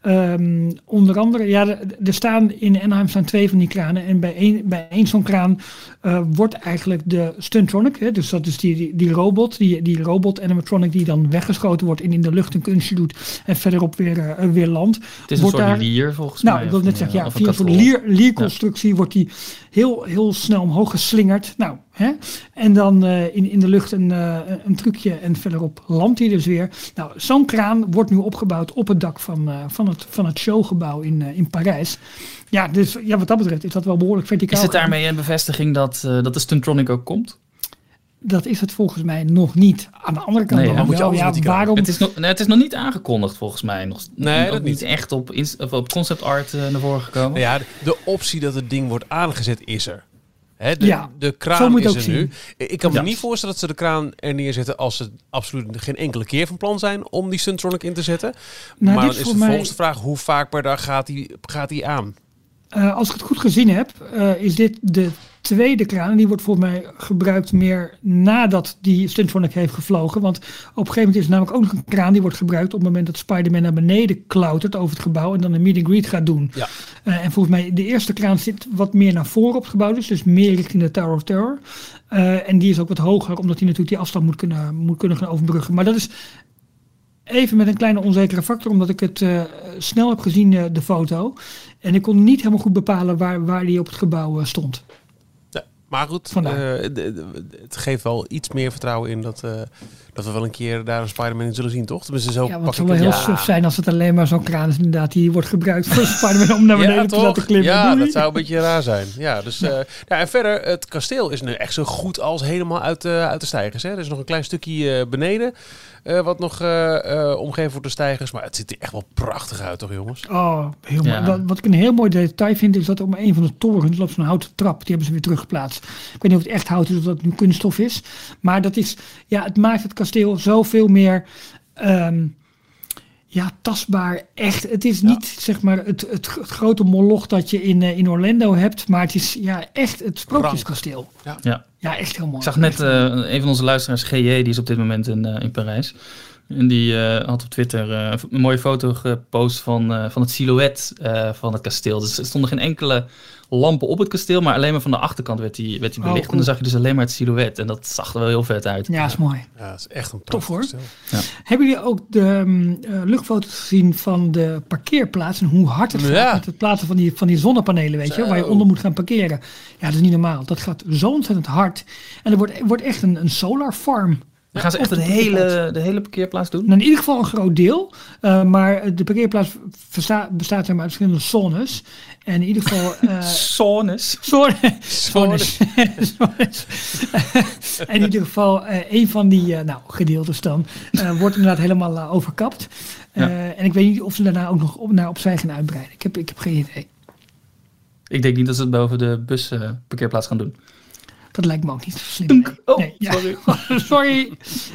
onder andere, er staan in Anaheim staan 2 van die kranen. En bij één zo'n kraan wordt eigenlijk de Stuntronic, hè, dus dat is die robot, die robot animatronic die dan weggeschoten wordt en in de lucht een kunstje doet en verderop weer landt. Het is een soort lier volgens mij. Nou, ik wil net zeggen, via een soort lierconstructie wordt die heel snel omhoog geslingerd. Nou, hè? En dan in de lucht een trucje en verderop landt hij dus weer. Nou, zo'n kraan wordt nu opgebouwd op het dak van het showgebouw in Parijs. Ja, dus wat dat betreft is dat wel behoorlijk verticaal. Is het daarmee een bevestiging dat de Stuntronic ook komt? Dat is het volgens mij nog niet. Aan de andere kant dan moet je wel. Waarom? Het is nog niet aangekondigd volgens mij. Dat niet echt op concept art naar voren gekomen. Nou ja, de optie dat het ding wordt aangezet is er. Hè, de zo kraan moet je is ook er nu. zien. Ik kan me niet voorstellen dat ze de kraan er neerzetten als ze absoluut geen enkele keer van plan zijn om die Stuntronic in te zetten. Nou, maar dan is voor vervolgens de vraag hoe vaak per dag gaat die aan? Als ik het goed gezien heb, is dit de tweede kraan. Die wordt volgens mij gebruikt meer nadat die Stuntronic heeft gevlogen. Want op een gegeven moment is er namelijk ook nog een kraan die wordt gebruikt op het moment dat Spider-Man naar beneden klautert over het gebouw en dan een meet and greet gaat doen. Ja. En volgens mij de eerste kraan zit wat meer naar voren op het gebouw, dus meer richting de Tower of Terror. En die is ook wat hoger, omdat hij natuurlijk die afstand moet kunnen gaan overbruggen. Maar dat is even met een kleine onzekere factor, omdat ik het snel heb gezien, de foto. En ik kon niet helemaal goed bepalen waar die op het gebouw stond. Ja, maar goed, het geeft wel iets meer vertrouwen in dat we wel een keer daar een Spider-Man in zullen zien, toch? Tenminste, zo het zou wel heel suf zijn als het alleen maar zo'n kraan is inderdaad die wordt gebruikt voor Spider-Man om naar beneden te laten klimmen. Ja, dat zou een beetje raar zijn. Ja, dus, en verder, het kasteel is nu echt zo goed als helemaal uit de steigers. Hè? Er is nog een klein stukje beneden wat nog omgeven wordt de steigers. Maar het ziet er echt wel prachtig uit, toch jongens? Oh, heel mooi. Wat ik een heel mooi detail vind, is dat op een van de torens loopt zo'n houten trap. Die hebben ze weer teruggeplaatst. Ik weet niet of het echt hout is of dat het nu kunststof is. Maar dat is, het maakt het kasteel zoveel meer tastbaar. Echt, het is niet zeg maar het grote moloch dat je in Orlando hebt. Maar het is echt het sprookjeskasteel. Ja, echt heel mooi. Ik zag net een van onze luisteraars, GJ, die is op dit moment in Parijs. En die had op Twitter een mooie foto gepost van het silhouet van het kasteel. Dus er stonden geen enkele lampen op het kasteel, maar alleen maar van de achterkant werd die belicht. Cool. En dan zag je dus alleen maar het silhouet. En dat zag er wel heel vet uit. Ja, is mooi. Ja, dat is echt een tof hoor. Ja. Hebben jullie ook de luchtfoto's gezien van de parkeerplaats en hoe hard het gaat met het plaatsen van die zonnepanelen, weet je, waar je onder moet gaan parkeren? Ja, dat is niet normaal. Dat gaat zo ontzettend hard. En er wordt echt een solar farm. Dan gaan ze echt de hele parkeerplaats doen? Nou, in ieder geval een groot deel. Maar de parkeerplaats bestaat uit verschillende zones. En in ieder geval... Zones? Zones. En in ieder geval een van die gedeeltes dan wordt inderdaad helemaal overkapt. En ik weet niet of ze daarna ook nog opzij gaan uitbreiden. Ik heb geen idee. Ik denk niet dat ze het boven de busparkeerplaats gaan doen. Dat lijkt me ook niet zo slim. Sorry. Sorry.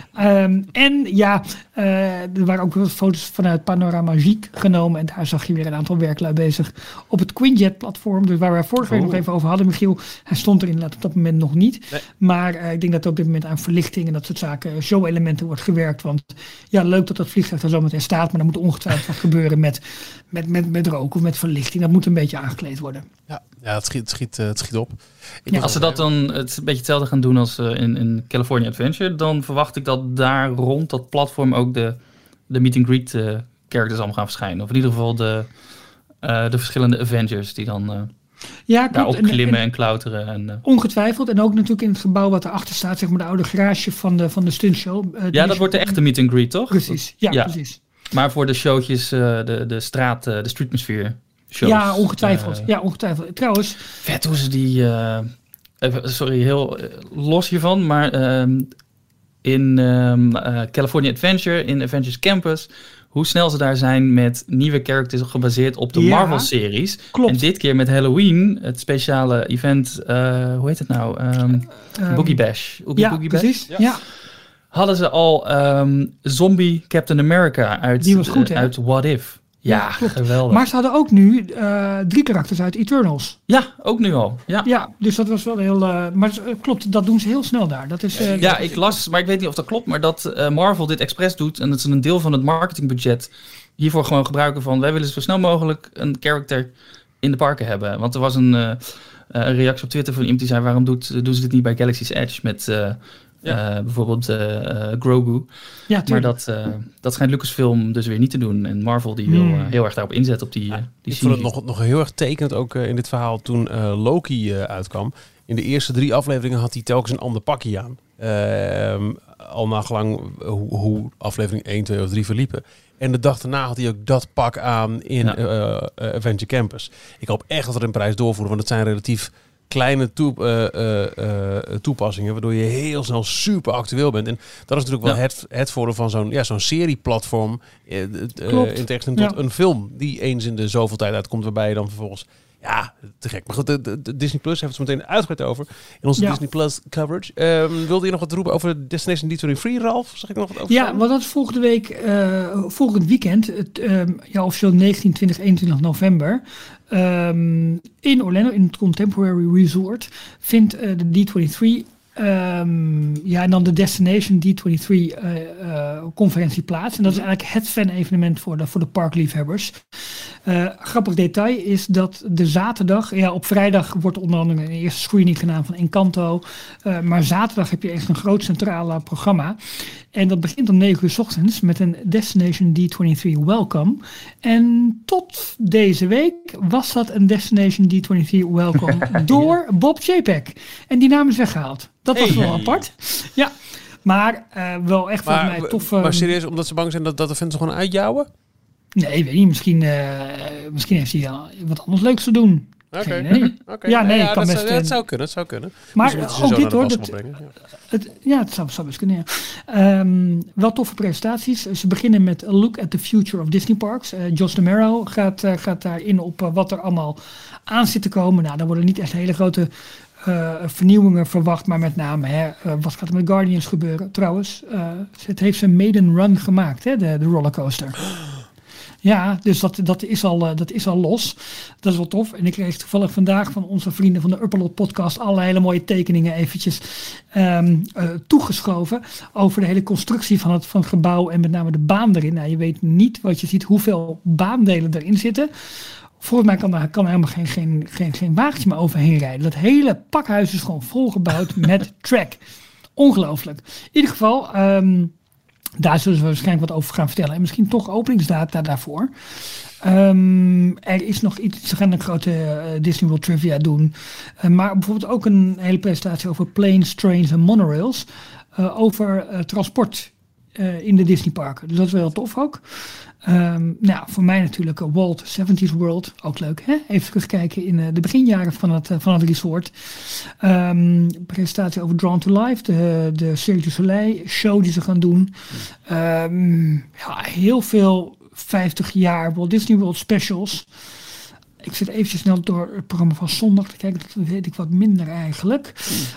Er waren ook wel foto's vanuit Panorama Giek genomen. En daar zag je weer een aantal werklui bezig op het Quinjet-platform. Dus waar we vorige week nog even over hadden, Michiel. Hij stond er inderdaad op dat moment nog niet. Nee. Maar ik denk dat er op dit moment aan verlichting en dat soort zaken, show-elementen wordt gewerkt. Want leuk dat vliegtuig er zo meteen staat. Maar er moet ongetwijfeld wat gebeuren met rook of met verlichting. Dat moet een beetje aangekleed worden. Ja, het schiet op. Als ze dat dan het het een beetje hetzelfde gaan doen als in California Adventure, dan verwacht ik dat daar rond dat platform ook de meet-and-greet characters allemaal gaan verschijnen. Of in ieder geval de verschillende Avengers die dan daarop klimmen en klauteren. Ongetwijfeld. En ook natuurlijk in het gebouw wat erachter staat, zeg maar de oude garage van de stuntshow. Dat wordt de echte meet-and-greet, toch? Precies, precies. Maar voor de showtjes, de streetmosphere shows. Ja, ongetwijfeld. Ongetwijfeld. Trouwens... Vet hoe ze die... heel los hiervan, maar in California Adventure, in Avengers Campus, hoe snel ze daar zijn met nieuwe characters gebaseerd op de Marvel-series. Klopt. En dit keer met Halloween, het speciale event, hoe heet het nou? Boogie Bash. Boogie precies. Bash? Ja. Hadden ze al Zombie Captain America uit What If. Ja, geweldig. Maar ze hadden ook nu 3 karakters uit Eternals. Ja, ook nu al. Ja, dus dat was wel heel... maar klopt, dat doen ze heel snel daar. Dat is, ik las, maar ik weet niet of dat klopt, maar dat Marvel dit expres doet en dat ze een deel van het marketingbudget hiervoor gewoon gebruiken van wij willen zo snel mogelijk een character in de parken hebben. Want er was een reactie op Twitter van iemand die zei waarom doen ze dit niet bij Galaxy's Edge met... bijvoorbeeld Grogu. Ja, maar dat schijnt Lucasfilm dus weer niet te doen. En Marvel die wil heel erg daarop inzetten op die ik vond het nog heel erg tekenend ook in dit verhaal toen Loki uitkwam. In de eerste 3 afleveringen had hij telkens een ander pakje aan. Al nagelang hoe aflevering 1, 2 of 3 verliepen. En de dag daarna had hij ook dat pak aan in Avenger Campus. Ik hoop echt dat er een prijs doorvoeren, want het zijn relatief kleine toepassingen, waardoor je heel snel super actueel bent. En dat is natuurlijk wel het voordeel van zo'n serieplatform in tegenstelling tot een film die eens in de zoveel tijd uitkomt, waarbij je dan vervolgens te gek. Maar goed, de Disney Plus heeft het meteen uitgebreid over in onze Disney Plus coverage. Wilde je nog wat roepen over Destination D23, Ralf? Zag ik nog wat over? Ja, want dat is volgende week, volgend weekend, officieel 19, 20, 21 november. In Orlando, in het Contemporary Resort, vindt de D23 en dan de Destination D23 conferentie plaats. En dat is eigenlijk het fan-evenement voor de parkliefhebbers. Grappig detail is dat de zaterdag, op vrijdag wordt onder andere een eerste screening gedaan van Encanto. Maar zaterdag heb je echt een groot centraal programma. En dat begint om 9 uur 's ochtends met een Destination D23 Welcome. En tot deze week was dat een Destination D23 Welcome door Bob Chapek. En die naam is weggehaald. Dat was wel apart. Ja, maar wel echt voor mij tof. Maar serieus, omdat ze bang zijn dat de fans gewoon uitjouwen? Nee, weet niet. Misschien heeft hij wat anders leuks te doen. Oké. Dat zou kunnen. Maar ook dit hoor. Het zou best kunnen. Ja. Wel toffe presentaties. Ze beginnen met A Look at the Future of Disney Parks. Josh D'Amaro gaat daarin op wat er allemaal aan zit te komen. Nou, daar worden niet echt hele grote vernieuwingen verwacht, maar met name wat gaat er met Guardians gebeuren. Trouwens, het heeft zijn maiden run gemaakt, de rollercoaster. Ja, dus dat is al los. Dat is wel tof. En ik kreeg toevallig vandaag van onze vrienden van de Upperlot podcast alle hele mooie tekeningen eventjes toegeschoven over de hele constructie van het gebouw en met name de baan erin. Nou, je weet niet wat je ziet hoeveel baandelen erin zitten. Volgens mij kan er helemaal geen wagentje meer overheen rijden. Dat hele pakhuis is gewoon volgebouwd met track. Ongelooflijk. In ieder geval, daar zullen we waarschijnlijk wat over gaan vertellen. En misschien toch openingsdata daarvoor. Er is nog iets, ze gaan een grote Disney World Trivia doen. Maar bijvoorbeeld ook een hele presentatie over planes, trains en monorails. Over transport in de Disney parken. Dus dat is wel heel tof ook. Voor mij natuurlijk Walt 70's World. Ook leuk, hè? Even terugkijken in de beginjaren van het resort. Presentatie over Drawn to Life. De Cirque du Soleil show die ze gaan doen. Heel veel 50 jaar Walt Disney World specials. Ik zit eventjes snel door het programma van zondag te kijken. Dat weet ik wat minder eigenlijk.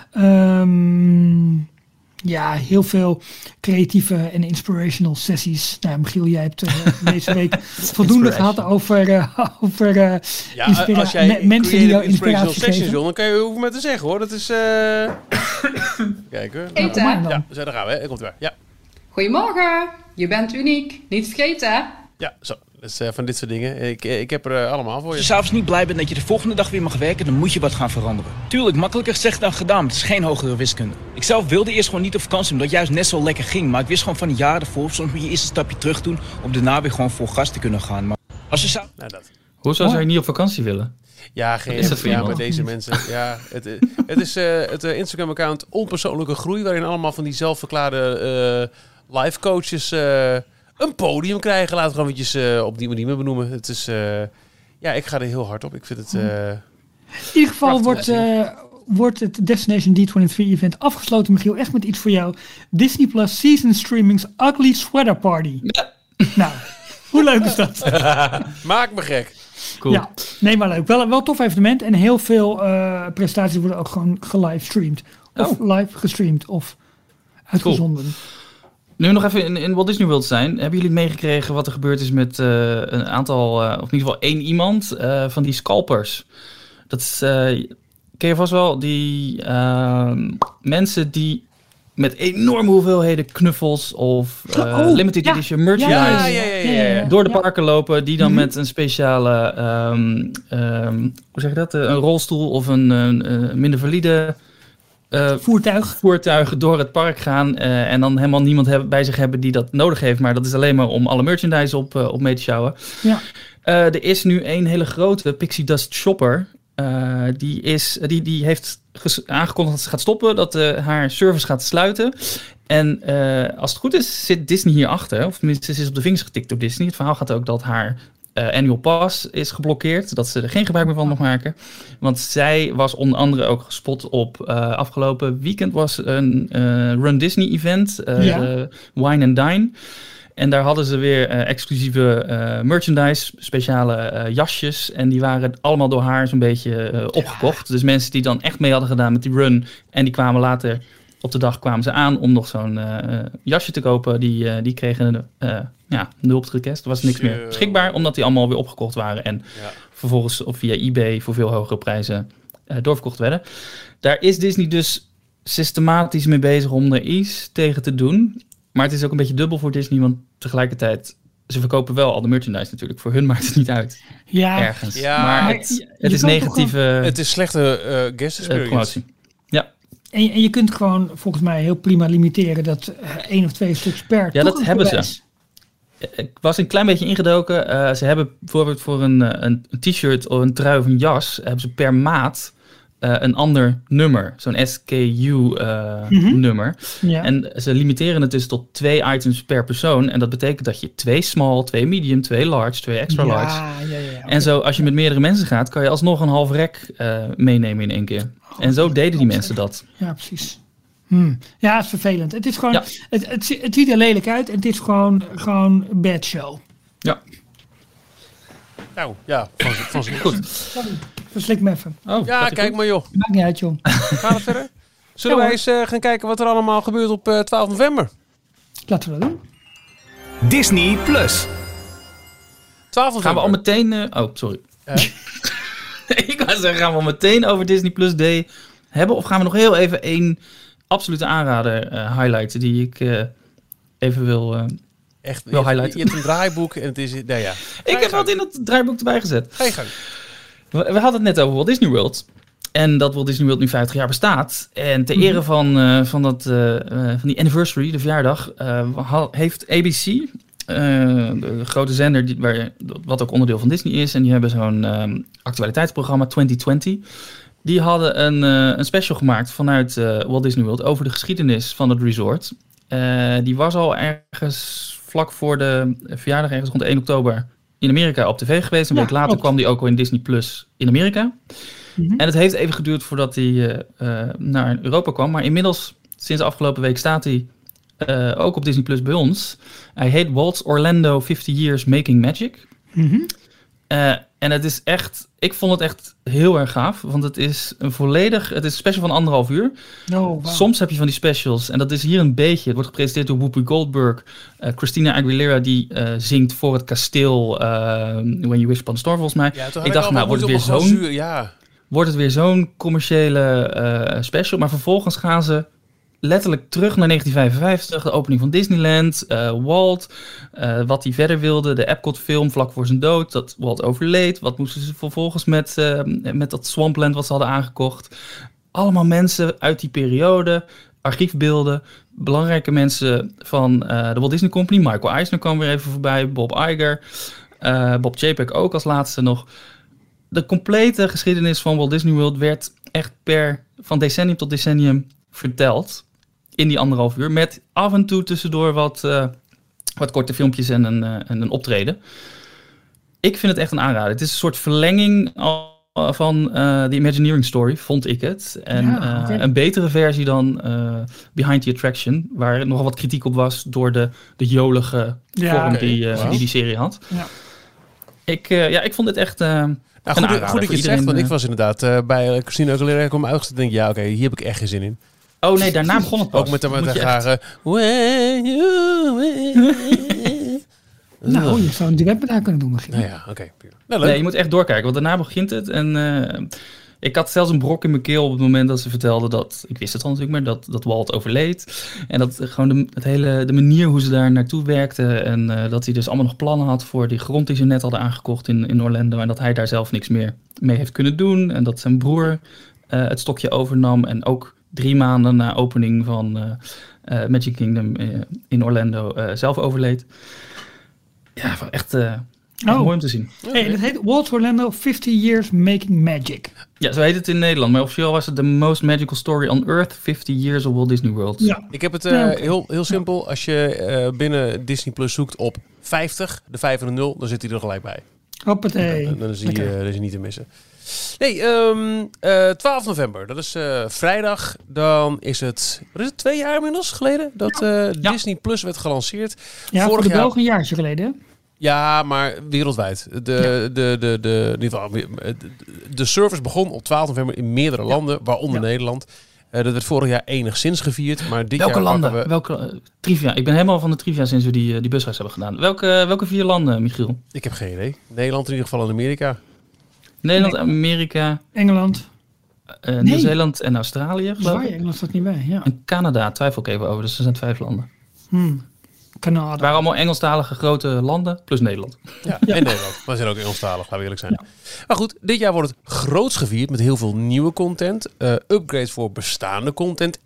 Heel veel creatieve en inspirational sessies. Nou, Michiel, jij hebt deze week voldoende gehad over als jij mensen die jou inspiratie sessies wil, dan kan je hoeven met te zeggen, hoor. Dat is... Kijk, hoor. Eten. Ja, daar gaan we. Komt weer. Ja. Goedemorgen. Je bent uniek. Niet vergeten, hè? Ja, zo. Dus, van dit soort dingen. Ik heb er allemaal voor je. Als je s'avonds niet blij bent dat je de volgende dag weer mag werken, dan moet je wat gaan veranderen. Tuurlijk, makkelijker gezegd dan gedaan. Het is geen hogere wiskunde. Ik zelf wilde eerst gewoon niet op vakantie, omdat het juist net zo lekker ging. Maar ik wist gewoon van de jaren ervoor, soms moet je eerst een stapje terug doen, om daarna weer gewoon vol gas te kunnen gaan. Maar als je dat. Hoezo zou je niet op vakantie willen? Ja, met deze mensen. Ja, het is het Instagram-account Onpersoonlijke Groei, waarin allemaal van die zelfverklaarde life coaches een podium krijgen. Laten we gewoon eventjes op die manier benoemen. Het is, ik ga er heel hard op. Ik vind het... In ieder geval wordt het Destination D23 event afgesloten, Michiel. Echt met iets voor jou. Disney Plus Season Streaming's Ugly Sweater Party. Ja. Nou, hoe leuk is dat? Maak me gek. Cool. Ja, nee, maar leuk. Wel een tof evenement. En heel veel presentaties worden ook gewoon gelivestreamd. Of live gestreamd. Of uitgezonden. Cool. Nu nog even in Walt Disney World zijn. Hebben jullie meegekregen wat er gebeurd is met een aantal, of in ieder geval 1 iemand van die scalpers? Dat is, ken je vast wel, die mensen die met enorme hoeveelheden knuffels of limited edition merchandise door de parken lopen, die dan met een speciale, hoe zeg je dat, een rolstoel of een minder valide voertuig door het park gaan en dan helemaal niemand bij zich hebben die dat nodig heeft, maar dat is alleen maar om alle merchandise op mee te sjouwen. Ja. Er is nu een hele grote Pixie Dust shopper. Die heeft aangekondigd dat ze gaat stoppen, dat haar service gaat sluiten. En als het goed is, zit Disney hierachter. Of tenminste, ze is op de vingers getikt door Disney. Het verhaal gaat ook dat haar annual pass is geblokkeerd. Dat ze er geen gebruik meer van mag maken. Want zij was onder andere ook gespot op afgelopen weekend was een Run Disney event. Wine and Dine. En daar hadden ze weer exclusieve merchandise, speciale jasjes. En die waren allemaal door haar zo'n beetje opgekocht. Dus mensen die dan echt mee hadden gedaan met die run. En die kwamen later op de dag kwamen ze aan om nog zo'n jasje te kopen. Die kregen nul op het request. Er was niks meer beschikbaar, omdat die allemaal weer opgekocht waren. En vervolgens via eBay voor veel hogere prijzen doorverkocht werden. Daar is Disney dus systematisch mee bezig om er iets tegen te doen. Maar het is ook een beetje dubbel voor Disney, want tegelijkertijd, ze verkopen wel al de merchandise natuurlijk. Voor hun maakt het niet uit. Ja. Ergens. Ja, maar het is negatieve... Het is slechte guest experience. Ja. En je kunt gewoon volgens mij heel prima limiteren dat 1 of 2 stuks per... Ja, dat hebben ze. Ik was een klein beetje ingedoken. Ze hebben bijvoorbeeld voor een t-shirt of een trui of een jas, hebben ze per maat een ander nummer, zo'n SKU-nummer. Ja. En ze limiteren het dus tot 2 items per persoon. En dat betekent dat je 2 small, 2 medium, 2 large, 2 extra large. Okay. En zo, als je met meerdere mensen gaat, kan je alsnog een half rek meenemen in 1 keer. En zo deden die mensen dat. Ja, precies. Ja, het is vervelend. Het is gewoon, het ziet er lelijk uit en het is gewoon bad show. Ja. Nou, ja, van goed. Sorry, verslik me even. Oh, ja, kijk goed. Maar joh. Maakt niet uit, joh. Gaan we verder? Zullen wij eens gaan kijken wat er allemaal gebeurt op 12 november? Laten we dat doen. Disney Plus. 12 november. Gaan we al meteen... sorry. Ik wou zeggen, gaan we al meteen over Disney Plus Day hebben? Of gaan we nog heel even 1 absolute aanrader highlighten die ik even wil... Echt, je hebt een draaiboek en het is... Nou ja. Ik heb wat in dat draaiboek erbij gezet. Ga je gang. We hadden het net over Walt Disney World. En dat Walt Disney World nu 50 jaar bestaat. En ter ere van die anniversary, de verjaardag, heeft ABC, de grote zender, wat ook onderdeel van Disney is. En die hebben zo'n actualiteitsprogramma 2020. Die hadden een special gemaakt vanuit Walt Disney World over de geschiedenis van het resort. Die was al ergens vlak voor de verjaardag, ergens rond 1 oktober in Amerika op tv geweest. Een week later kwam die ook al in Disney Plus in Amerika. Mm-hmm. En het heeft even geduurd voordat hij naar Europa kwam. Maar inmiddels, sinds afgelopen week, staat hij ook op Disney Plus bij ons. Hij heet Walt's Orlando 50 Years Making Magic. Mm-hmm. En het is echt, ik vond het echt heel erg gaaf. Want het is een special van 1,5 uur. Oh, wow. Soms heb je van die specials, en dat is hier een beetje. Het wordt gepresenteerd door Whoopi Goldberg. Christina Aguilera, die zingt voor het kasteel When You Wish Upon a Star, volgens mij. Ja, ik dacht, nou, wordt het weer zo'n commerciële special. Maar vervolgens gaan ze letterlijk terug naar 1955, de opening van Disneyland, Walt, wat hij verder wilde, de Epcot-film vlak voor zijn dood, dat Walt overleed. Wat moesten ze vervolgens met dat Swampland wat ze hadden aangekocht? Allemaal mensen uit die periode, archiefbeelden, belangrijke mensen van de Walt Disney Company. Michael Eisner kwam weer even voorbij, Bob Iger, Bob Chapek ook als laatste nog. De complete geschiedenis van Walt Disney World werd echt van decennium tot decennium verteld in die 1,5 uur. Met af en toe tussendoor wat korte filmpjes en een optreden. Ik vind het echt een aanrader. Het is een soort verlenging van The Imagineering Story, vond ik het. En een betere versie dan Behind the Attraction, waar nogal wat kritiek op was door de jolige vorm die serie had. Ja. Ik vond het echt... goed dat je het zegt, want ik was inderdaad bij Christina Aguilera kom uit en denk ja, hier heb ik echt geen zin in. Oh nee, daarna begon het pas. Ook met de garen. Nou, je zou een duet met haar kunnen doen misschien. Nou ja, oké. Nee, je moet echt doorkijken, want daarna begint het. En ik had zelfs een brok in mijn keel op het moment dat ze vertelde dat... Ik wist het al natuurlijk, maar dat Walt overleed. En dat gewoon de manier hoe ze daar naartoe werkte. En dat hij dus allemaal nog plannen had voor die grond die ze net hadden aangekocht in Orlando. En dat hij daar zelf niks meer mee heeft kunnen doen. En dat zijn broer het stokje overnam. En ook 3 maanden na opening van Magic Kingdom in Orlando zelf overleed. Ja, echt mooi om te zien. Hey, dat heet Walt Orlando 50 Years Making Magic. Ja, zo heet het in Nederland. Maar officieel was het The Most Magical Story on Earth, 50 Years of Walt Disney World. Ja. Ik heb het heel simpel. Als je binnen Disney Plus zoekt op 50, de 5 en de 0, dan zit hij er gelijk bij. Hoppatee. Dan is hij niet te missen. Nee, 12 november, dat is vrijdag. Dan is het, 2 jaar inmiddels geleden dat Disney Plus werd gelanceerd. Ja, voor de Belgen een jaartje geleden. Ja, maar wereldwijd. De service begon op 12 november in meerdere landen, waaronder Nederland. Dat werd vorig jaar enigszins gevierd, maar dit welke jaar landen? Welke trivia? Ik ben helemaal van de trivia sinds we die busreis hebben gedaan. Welke 4 landen, Michiel? Ik heb geen idee. Nederland in ieder geval en Amerika. Nederland, Amerika, Engeland, Nieuw-Zeeland en Australië, geloof ik. Engeland staat niet bij, ja. En Canada, twijfel ik even over. Dus er zijn 5 landen. Canada. Het waren allemaal Engelstalige grote landen, plus Nederland. Ja, en Nederland. Maar ze zijn ook Engelstalig, laten we eerlijk zijn. Ja. Maar goed, dit jaar wordt het groots gevierd met heel veel nieuwe content. Upgrades voor bestaande content.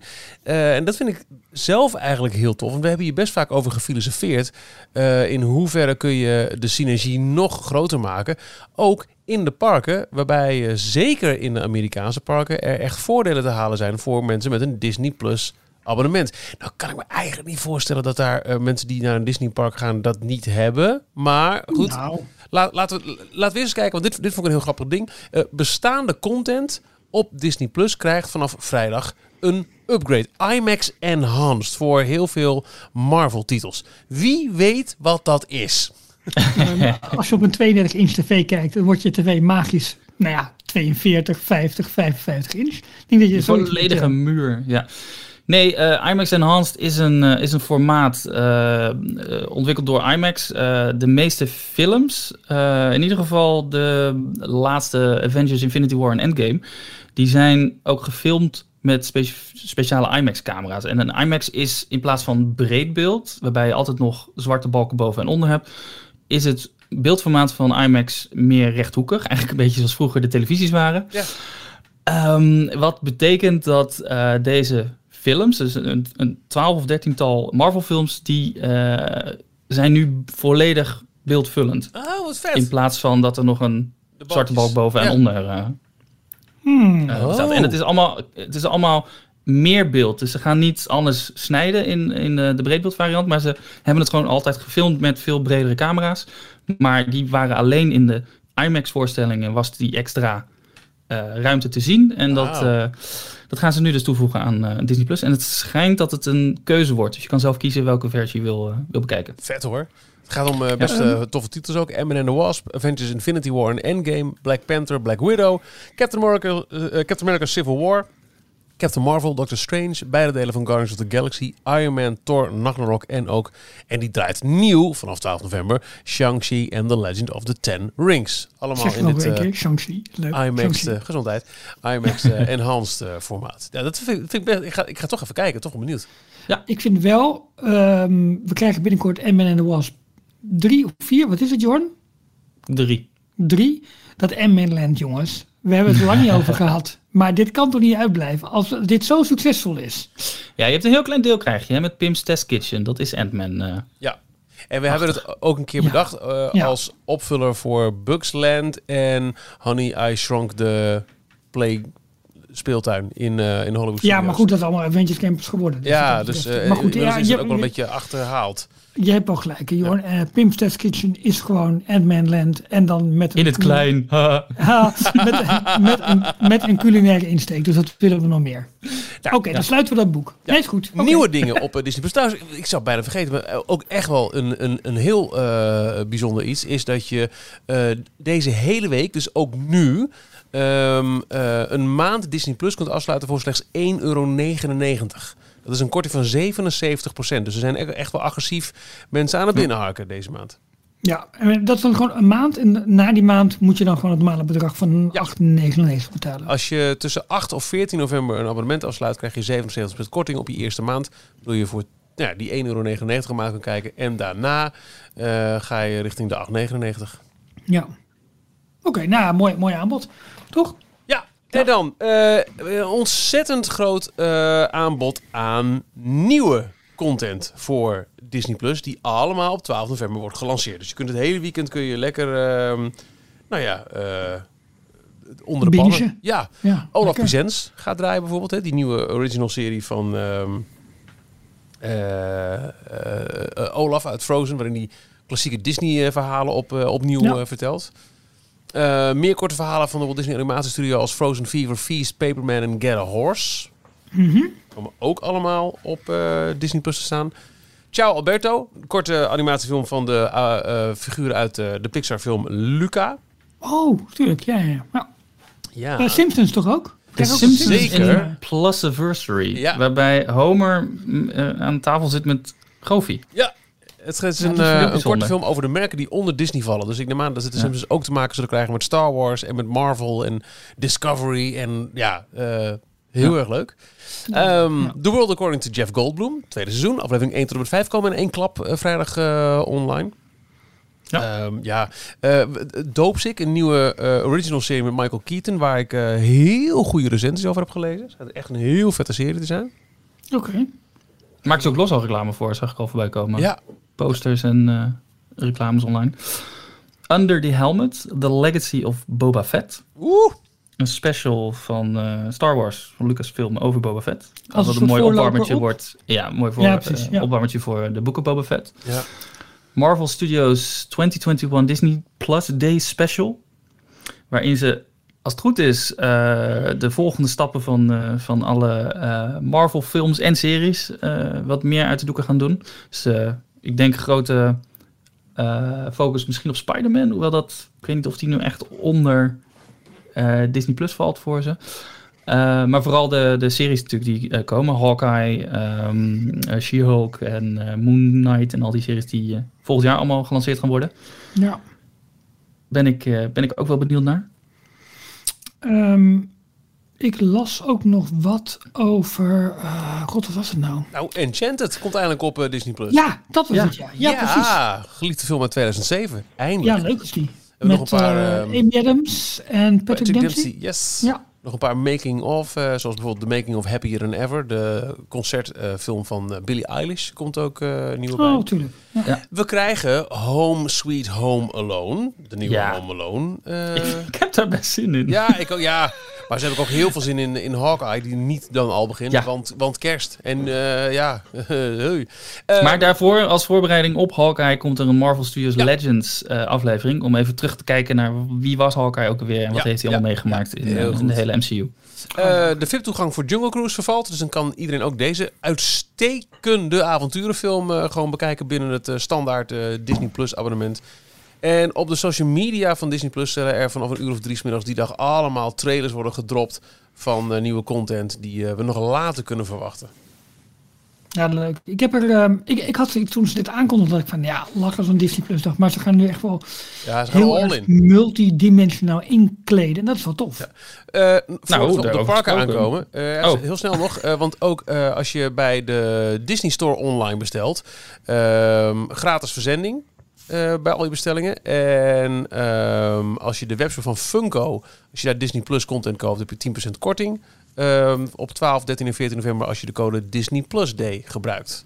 En dat vind ik zelf eigenlijk heel tof. Want we hebben hier best vaak over gefilosofeerd. In hoeverre kun je de synergie nog groter maken. Ook in de parken, waarbij zeker in de Amerikaanse parken er echt voordelen te halen zijn voor mensen met een Disney Plus abonnement. Nou kan ik me eigenlijk niet voorstellen dat daar mensen die naar een Disneypark gaan dat niet hebben. Maar goed, laten we eens kijken. Want dit vond ik een heel grappig ding. Bestaande content op Disney Plus krijgt vanaf vrijdag een upgrade. IMAX Enhanced voor heel veel Marvel titels. Wie weet wat dat is? Als je op een 32-inch tv kijkt, dan wordt je tv magisch. 42, 50, 55 inch. Ik denk dat je zo'n volledige muur, ja. Nee, IMAX Enhanced is een formaat ontwikkeld door IMAX. De meeste films, in ieder geval de laatste Avengers Infinity War en Endgame, die zijn ook gefilmd met speciale IMAX-camera's. En een IMAX is in plaats van breedbeeld, waarbij je altijd nog zwarte balken boven en onder hebt, is het beeldformaat van IMAX meer rechthoekig. Eigenlijk een beetje zoals vroeger de televisies waren. Ja. Wat betekent dat deze films, dus een 12 of 13-tal Marvel films, die zijn nu volledig beeldvullend. Oh, wat vet. In plaats van dat er nog een zwarte balk boven en onder staat. En het is allemaal meer beeld. Dus ze gaan niet anders snijden in de breedbeeldvariant, maar ze hebben het gewoon altijd gefilmd met veel bredere camera's. Maar die waren alleen in de IMAX-voorstellingen, was die extra ruimte te zien. En dat gaan ze nu dus toevoegen aan Disney Plus. En het schijnt dat het een keuze wordt. Dus je kan zelf kiezen welke versie je wil bekijken. Vet hoor. Het gaat om best toffe titels ook. Ant-Man and the Wasp, Avengers Infinity War en Endgame, Black Panther, Black Widow, Captain America Civil War, Captain Marvel, Doctor Strange, beide delen van Guardians of the Galaxy, Iron Man, Thor, Ragnarok en die draait nieuw vanaf 12 november, Shang-Chi and the Legend of the Ten Rings. Allemaal in dit Shang-Chi. Leuk. IMAX, gezondheid, IMAX enhanced formaat. Ja, dat vind ik best, ik ga toch even kijken, toch wel benieuwd. Ja, ik vind wel, we krijgen binnenkort Ant-Man and the Wasp 3 of 4, wat is het, Jorn? 3. Dat Ant-Man Land, jongens. We hebben het er lang niet over gehad. Maar dit kan toch niet uitblijven als dit zo succesvol is? Ja, je hebt een heel klein deel krijg je hè, met Pim's Test Kitchen. Dat is Ant-Man. Ja, en we hebben het ook een keer bedacht als opvuller voor Bugs Land en Honey, I Shrunk the Play speeltuin in Hollywood Studios. Ja, maar goed, dat is allemaal Avengers Campus geworden. Dus ja, dus maar goed, is het ook wel een beetje achterhaald. Je hebt wel gelijk, Jorn. Pim's Test Kitchen is gewoon Ant-Man Land en dan met een... In het klein. met een culinaire insteek. Dus dat willen we nog meer. Ja, Oké, dan sluiten we dat boek. Ja. Nee, is goed. Nieuwe dingen op Disney+. Trouwens, ik zou bijna vergeten, maar ook echt wel een heel bijzonder iets, is dat je deze hele week, dus ook nu, een maand Disney Plus kunt afsluiten voor slechts €1,99. Dat is een korting van 77%. Dus er zijn echt wel agressief mensen aan het binnenharken deze maand. Ja, en dat is dan gewoon een maand. En na die maand moet je dan gewoon het normale bedrag van €8,99 betalen. Als je tussen 8 of 14 november een abonnement afsluit, krijg je 77% korting op je eerste maand. Waardoor je voor die €1,99 maand kan kijken. En daarna ga je richting de €8,99. Ja. Oké, nou mooi aanbod. Toch? Ja. En dan ontzettend groot aanbod aan nieuwe content voor Disney Plus, die allemaal op 12 november wordt gelanceerd. Dus je kunt het hele weekend lekker onder de pannen. Ja. Olaf Presents gaat draaien bijvoorbeeld, hè, die nieuwe original serie van Olaf uit Frozen, waarin die klassieke Disney verhalen opnieuw vertelt. Meer korte verhalen van de Walt Disney Animatiestudio als Frozen Fever, Feast, Paperman en Get a Horse. Komen ook allemaal op Disney Plus te staan. Ciao Alberto, een korte animatiefilm van de figuren uit de Pixar film Luca. Oh, tuurlijk, ja. Simpsons toch ook? De Simpsons zeker. Plusiversary, waarbij Homer aan tafel zit met Goofy. Ja. Het is een korte film over de merken die onder Disney vallen. Dus ik neem aan dat de Simpsons ook te maken zullen krijgen met Star Wars en met Marvel en Discovery. En heel erg leuk. The World According to Jeff Goldblum. Tweede seizoen. Aflevering 1 tot en met 5 komen in één klap vrijdag online. Dopesick, een nieuwe original serie met Michael Keaton, waar ik heel goede recensies over heb gelezen. Het schijnt echt een heel vette serie te zijn. Oké. Maakt ze ook los al reclame voor, zag ik al voorbij komen. Ja. Posters en reclames online. Under the Helmet, The Legacy of Boba Fett. Een special van Star Wars, van Lucasfilm over Boba Fett. Als het een mooi opwarmertje wordt. Ja, mooi opwarmertje voor de boeken Boba Fett. Ja. Marvel Studios 2021 Disney Plus Day Special. Waarin ze, als het goed is, de volgende stappen van alle Marvel films en series wat meer uit de doeken gaan doen. Dus ik denk grote focus misschien op Spider-Man. Hoewel dat, ik weet niet of die nu echt onder Disney Plus valt voor ze. Maar vooral de series natuurlijk die komen. Hawkeye, She-Hulk en Moon Knight en al die series die volgend jaar allemaal gelanceerd gaan worden. Ja. Ben ik ook wel benieuwd naar. Ik las ook nog wat over... God, wat was het nou? Nou, Enchanted komt eindelijk op Disney Plus. Ja, dat was het, ja. Ja, precies. Geliefde film uit 2007. Eindelijk. Ja, leuk is die. Met nog een paar... Amy Adams en Patrick Dempsey. Yes. Ja. Nog een paar making-of, zoals bijvoorbeeld The Making of Happier Than Ever. De concertfilm van Billie Eilish komt ook nieuw bij. Oh, tuurlijk. Ja. We krijgen Home Sweet Home Alone. De nieuwe Home Alone. Ik heb daar best zin in. Ja, ik ook. Ja. Maar ze hebben ook heel veel zin in Hawkeye, die niet dan al begint, want kerst. En maar daarvoor, als voorbereiding op Hawkeye, komt er een Marvel Studios Legends aflevering. Om even terug te kijken naar wie was Hawkeye ook alweer en wat heeft hij allemaal meegemaakt in de hele MCU. De VIP-toegang voor Jungle Cruise vervalt. Dus dan kan iedereen ook deze uitstekende avonturenfilm gewoon bekijken binnen het standaard Disney Plus abonnement. En op de social media van Disney Plus zullen er vanaf 1:00 of 3:00 's middags die dag allemaal trailers worden gedropt van nieuwe content die we nog later kunnen verwachten. Ja, leuk. Ik heb er, ik had zoiets toen ze dit aankondigden dat ik van lachen zo'n Disney Plus dag, maar ze gaan nu echt wel Ja, ze gaan heel all erg in. multidimensionaal inkleden. En dat is wel tof. Ja. Voordat we op de daarover parken gesproken. aankomen, heel snel nog, want ook als je bij de Disney Store online bestelt, gratis verzending bij al je bestellingen. En als je de webshop van Funko, als je daar Disney Plus content koopt, heb je 10% korting. Op 12, 13 en 14 november als je de code Disney Plus Day gebruikt.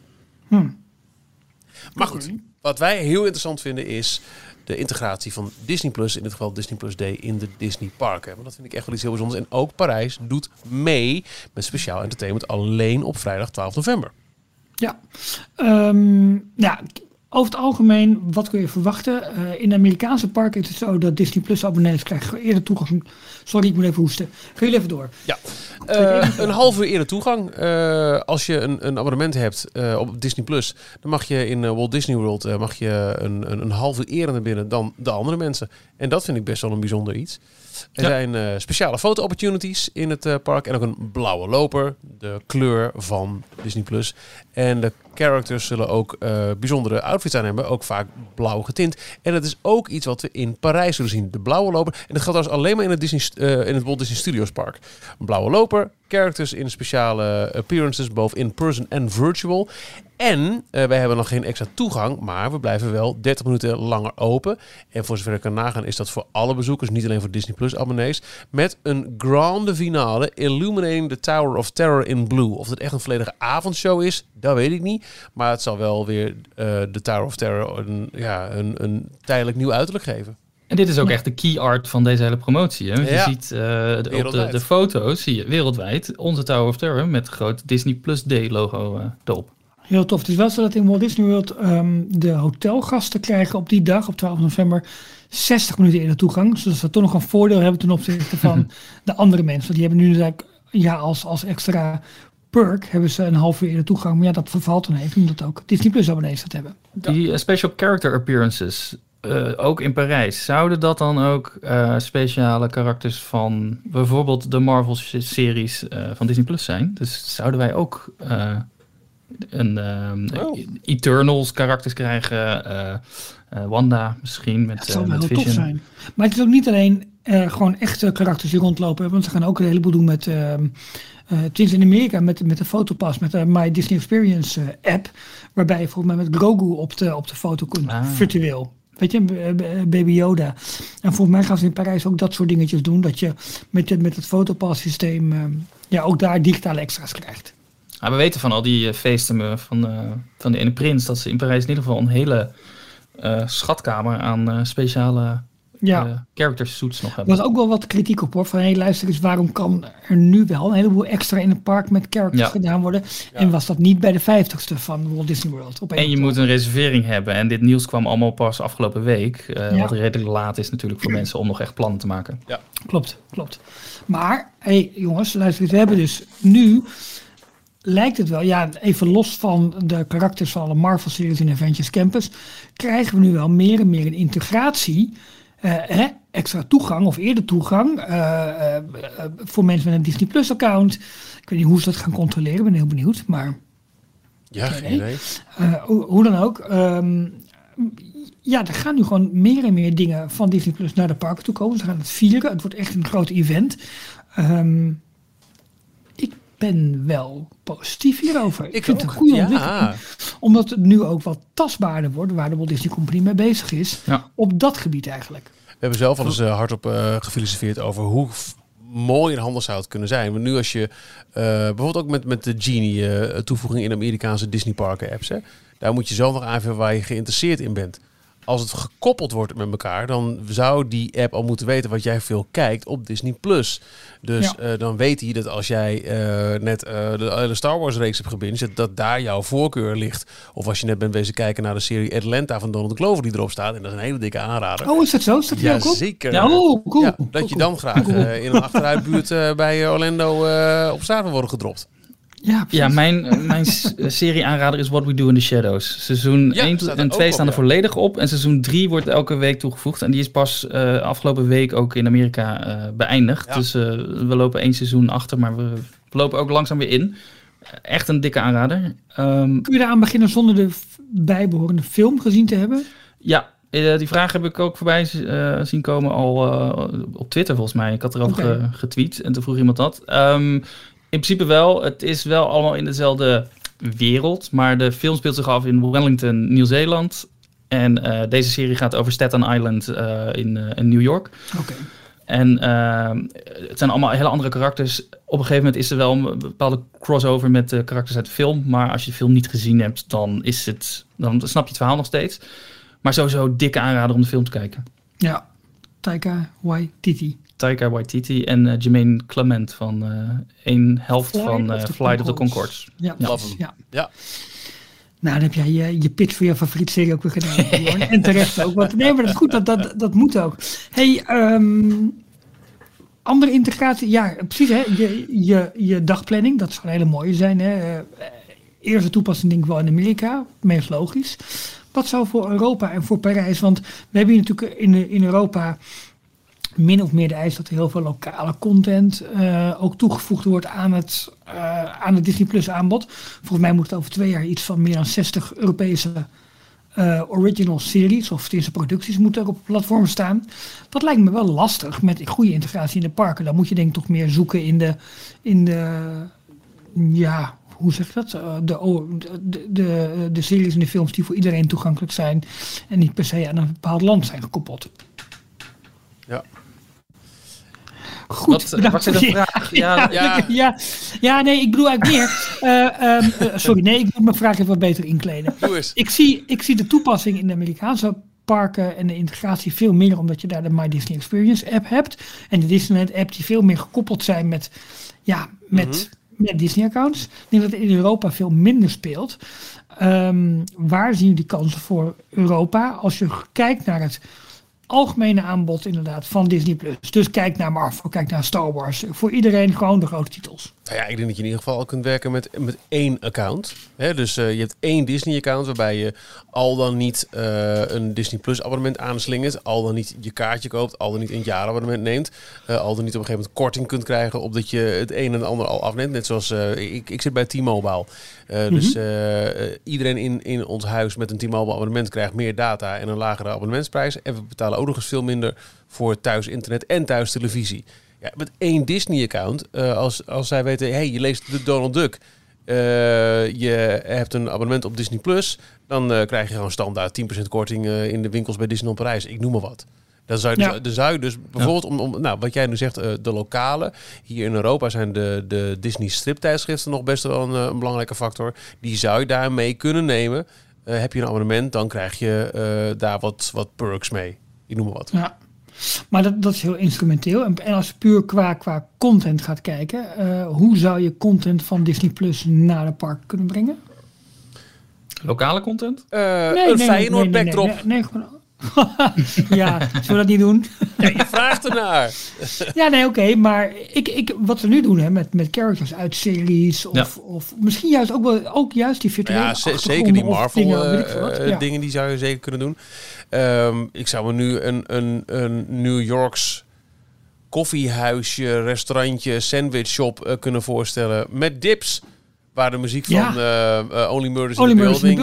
Maar goed, wat wij heel interessant vinden is de integratie van Disney Plus, in dit geval Disney Plus Day, in de Disney parken. Want dat vind ik echt wel iets heel bijzonders. En ook Parijs doet mee met speciaal entertainment alleen op vrijdag 12 november. Ja. Over het algemeen, wat kun je verwachten? In de Amerikaanse parken is het zo dat Disney Plus abonnees krijgen eerder toegang. Sorry, ik moet even hoesten. Gaan jullie even door? Ja, een half uur eerder toegang. Als je een abonnement hebt op Disney Plus, dan mag je in Walt Disney World een half uur eerder naar binnen dan de andere mensen. En dat vind ik best wel een bijzonder iets. Er zijn speciale foto-opportunities in het park en ook een blauwe loper, de kleur van Disney Plus. En de characters zullen ook bijzondere outfits aan hebben, ook vaak blauw getint. En dat is ook iets wat we in Parijs zullen zien, de blauwe loper. En dat geldt trouwens alleen maar in het Walt Disney Studios Park. Een blauwe loper, characters in speciale appearances, both in person en virtual. En wij hebben nog geen extra toegang, maar we blijven wel 30 minuten langer open. En voor zover ik kan nagaan is dat voor alle bezoekers, niet alleen voor Disney Plus abonnees, met een grande finale Illuminating the Tower of Terror in Blue. Of het echt een volledige avondshow is, dat weet ik niet. Maar het zal wel weer de Tower of Terror een tijdelijk nieuw uiterlijk geven. En dit is ook echt de key art van deze hele promotie. Hè? Je ziet op de foto's, zie je wereldwijd onze Tower of Terror met groot Disney Plus Day logo erop. Heel tof. Het is wel zo dat in Walt Disney World de hotelgasten krijgen op die dag, op 12 november, 60 minuten eerder toegang. Zodat ze toch nog een voordeel hebben ten opzichte van de andere mensen. Want die hebben nu dus eigenlijk, als extra perk hebben ze een half uur eerder toegang. Maar dat vervalt dan even, omdat ook Disney Plus abonnees dat hebben. Die special character appearances, ook in Parijs, zouden dat dan ook speciale karakters van bijvoorbeeld de Marvel-series van Disney Plus zijn? Dus zouden wij ook Eternals karakters krijgen, Wanda misschien met dat zou wel met heel Vision. tof zijn. Maar het is ook niet alleen gewoon echte karakters die rondlopen. Want ze gaan ook een heleboel doen met het is in Amerika met de fotopas, met de My Disney Experience app, waarbij je volgens mij met Grogu op de foto kunt, virtueel. Weet je, Baby Yoda. En volgens mij gaan ze in Parijs ook dat soort dingetjes doen, dat je met het fotopas systeem ook daar digitale extra's krijgt. We weten van al die feesten van de ene prins dat ze in Parijs in ieder geval een hele schatkamer aan speciale character suits nog hebben. Er was ook wel wat kritiek op, hoor. Van luister eens, waarom kan er nu wel een heleboel extra in het park met characters gedaan worden? Ja. En was dat niet bij de 50ste van Walt Disney World? En je moet een reservering hebben. En dit nieuws kwam allemaal pas afgelopen week. Wat redelijk laat is natuurlijk voor mensen om nog echt plannen te maken. Ja. Klopt. Maar, jongens, luister eens. We hebben dus nu, lijkt het wel, even los van de karakters van alle Marvel-series in Avengers Campus, krijgen we nu wel meer en meer een integratie. Extra toegang of eerder toegang voor mensen met een Disney Plus account. Ik weet niet hoe ze dat gaan controleren, ik ben heel benieuwd. Maar geen idee. Hoe dan ook. Er gaan nu gewoon meer en meer dingen van Disney Plus naar de parken toe komen. Ze gaan het vieren. Het wordt echt een groot event. Ik ben wel positief hierover. Ik vind het een goede ontwikkeling. Omdat het nu ook wat tastbaarder wordt, waar de Walt Disney Company mee bezig is. Ja. Op dat gebied eigenlijk. We hebben zelf al eens hardop gefilosofeerd over hoe mooi en handig zou het kunnen zijn. Maar nu als je bijvoorbeeld ook met de Genie toevoeging in de Amerikaanse Disney parken apps. Daar moet je zelf nog aanvullen waar je geïnteresseerd in bent. Als het gekoppeld wordt met elkaar, dan zou die app al moeten weten wat jij veel kijkt op Disney+. Dus dan weet hij dat als jij net de hele Star Wars reeks hebt gebinged, dat daar jouw voorkeur ligt. Of als je net bent wezen kijken naar de serie Atlanta van Donald Glover die erop staat. En dat is een hele dikke aanrader. Oh, is dat zo? Staat die ook op? Zeker. Ja, cool. Dat je dan graag in een achteruitbuurt bij Orlando op straat wil worden gedropt. Ja, Ja, mijn serie-aanrader is What We Do in the Shadows. Seizoen 1 en 2 staan er volledig op. En seizoen 3 wordt elke week toegevoegd. En die is pas afgelopen week ook in Amerika beëindigd. Ja. Dus we lopen 1 seizoen achter, maar we lopen ook langzaam weer in. Echt een dikke aanrader. Kun je eraan beginnen zonder de bijbehorende film gezien te hebben? Ja, die vraag heb ik ook voorbij zien komen al op Twitter volgens mij. Ik had erover getweet en toen vroeg iemand dat. In principe wel. Het is wel allemaal in dezelfde wereld. Maar de film speelt zich af in Wellington, Nieuw-Zeeland. En deze serie gaat over Staten Island in New York. Oké. En het zijn allemaal hele andere karakters. Op een gegeven moment is er wel een bepaalde crossover met de karakters uit de film. Maar als je de film niet gezien hebt, dan snap je het verhaal nog steeds. Maar sowieso dikke aanrader om de film te kijken. Ja, Taika Waititi. Taika Waititi en Jermaine Clement van een helft van Flight of the Conchords. Ja, Love hem. Ja. Nou, dan heb jij je pitch voor je favoriete serie ook weer gedaan. Jorn. En terecht ook. Want, nee, maar dat is goed. Dat moet ook. Hey, andere integratie. Ja, precies. Hè? Je dagplanning. Dat zou een hele mooie zijn. Hè? Eerste toepassing denk ik wel in Amerika. Meest logisch. Wat zou voor Europa en voor Parijs? Want we hebben hier natuurlijk in Europa min of meer de eis dat er heel veel lokale content ook toegevoegd wordt aan het Disney Plus aanbod. Volgens mij moet het over 2 jaar iets van meer dan 60 Europese original series of deze producties moeten ook op het platform staan. Dat lijkt me wel lastig met goede integratie in de parken. Dan moet je denk ik toch meer zoeken in de ja, hoe zeg je dat? De series en de films die voor iedereen toegankelijk zijn en niet per se aan een bepaald land zijn gekoppeld. Ja. Goed, wat is de vraag? Ja, nee, ik bedoel eigenlijk meer. Sorry, nee, ik moet mijn vraag even wat beter inkleden. Doe eens. Ik zie de toepassing in de Amerikaanse parken en de integratie veel meer omdat je daar de My Disney Experience app hebt. En de Disneyland app die veel meer gekoppeld zijn met Disney accounts. Ik denk dat het in Europa veel minder speelt. Waar zien jullie kansen voor Europa als je kijkt naar het algemene aanbod inderdaad van Disney Plus? Dus kijk naar Marvel, kijk naar Star Wars. Voor iedereen gewoon de grote titels. Nou ja, ik denk dat je in ieder geval al kunt werken met 1 account. Dus je hebt 1 Disney account waarbij je al dan niet een Disney Plus abonnement aanslingert, al dan niet je kaartje koopt, al dan niet een jaarabonnement neemt, al dan niet op een gegeven moment korting kunt krijgen op dat je het een en het ander al afneemt. Net zoals ik zit bij T-Mobile. Dus iedereen in ons huis met een T-Mobile abonnement krijgt meer data en een lagere abonnementsprijs. En we betalen ook nog eens veel minder voor thuis internet en thuis televisie. Ja, met 1 Disney-account, als zij weten, hey, je leest de Donald Duck, je hebt een abonnement op Disney Plus, dan krijg je gewoon standaard 10% korting in de winkels bij Disneyland Parijs. Ik noem maar wat. Dan zou je dus bijvoorbeeld, wat jij nu zegt, de lokale. Hier in Europa zijn de Disney striptijdschriften nog best wel een belangrijke factor. Die zou je daar mee kunnen nemen. Heb je een abonnement, dan krijg je daar wat perks mee. Ik noem maar wat. Ja. Maar dat is heel instrumenteel. En als je puur qua content gaat kijken, hoe zou je content van Disney Plus naar de park kunnen brengen? Lokale content? Een Feyenoord backdrop. Nee, gewoon. Ja, zullen we dat niet doen? Ja, je vraagt ernaar. Ja, nee, oké. Maar wat we nu doen, hè, met characters uit series of misschien juist ook juist die virtuele zeker die Marvel dingen die zou je zeker kunnen doen. Ik zou me nu een New Yorks koffiehuisje, restaurantje, sandwich shop kunnen voorstellen met dips. Waar de muziek van Only Murders in the Building.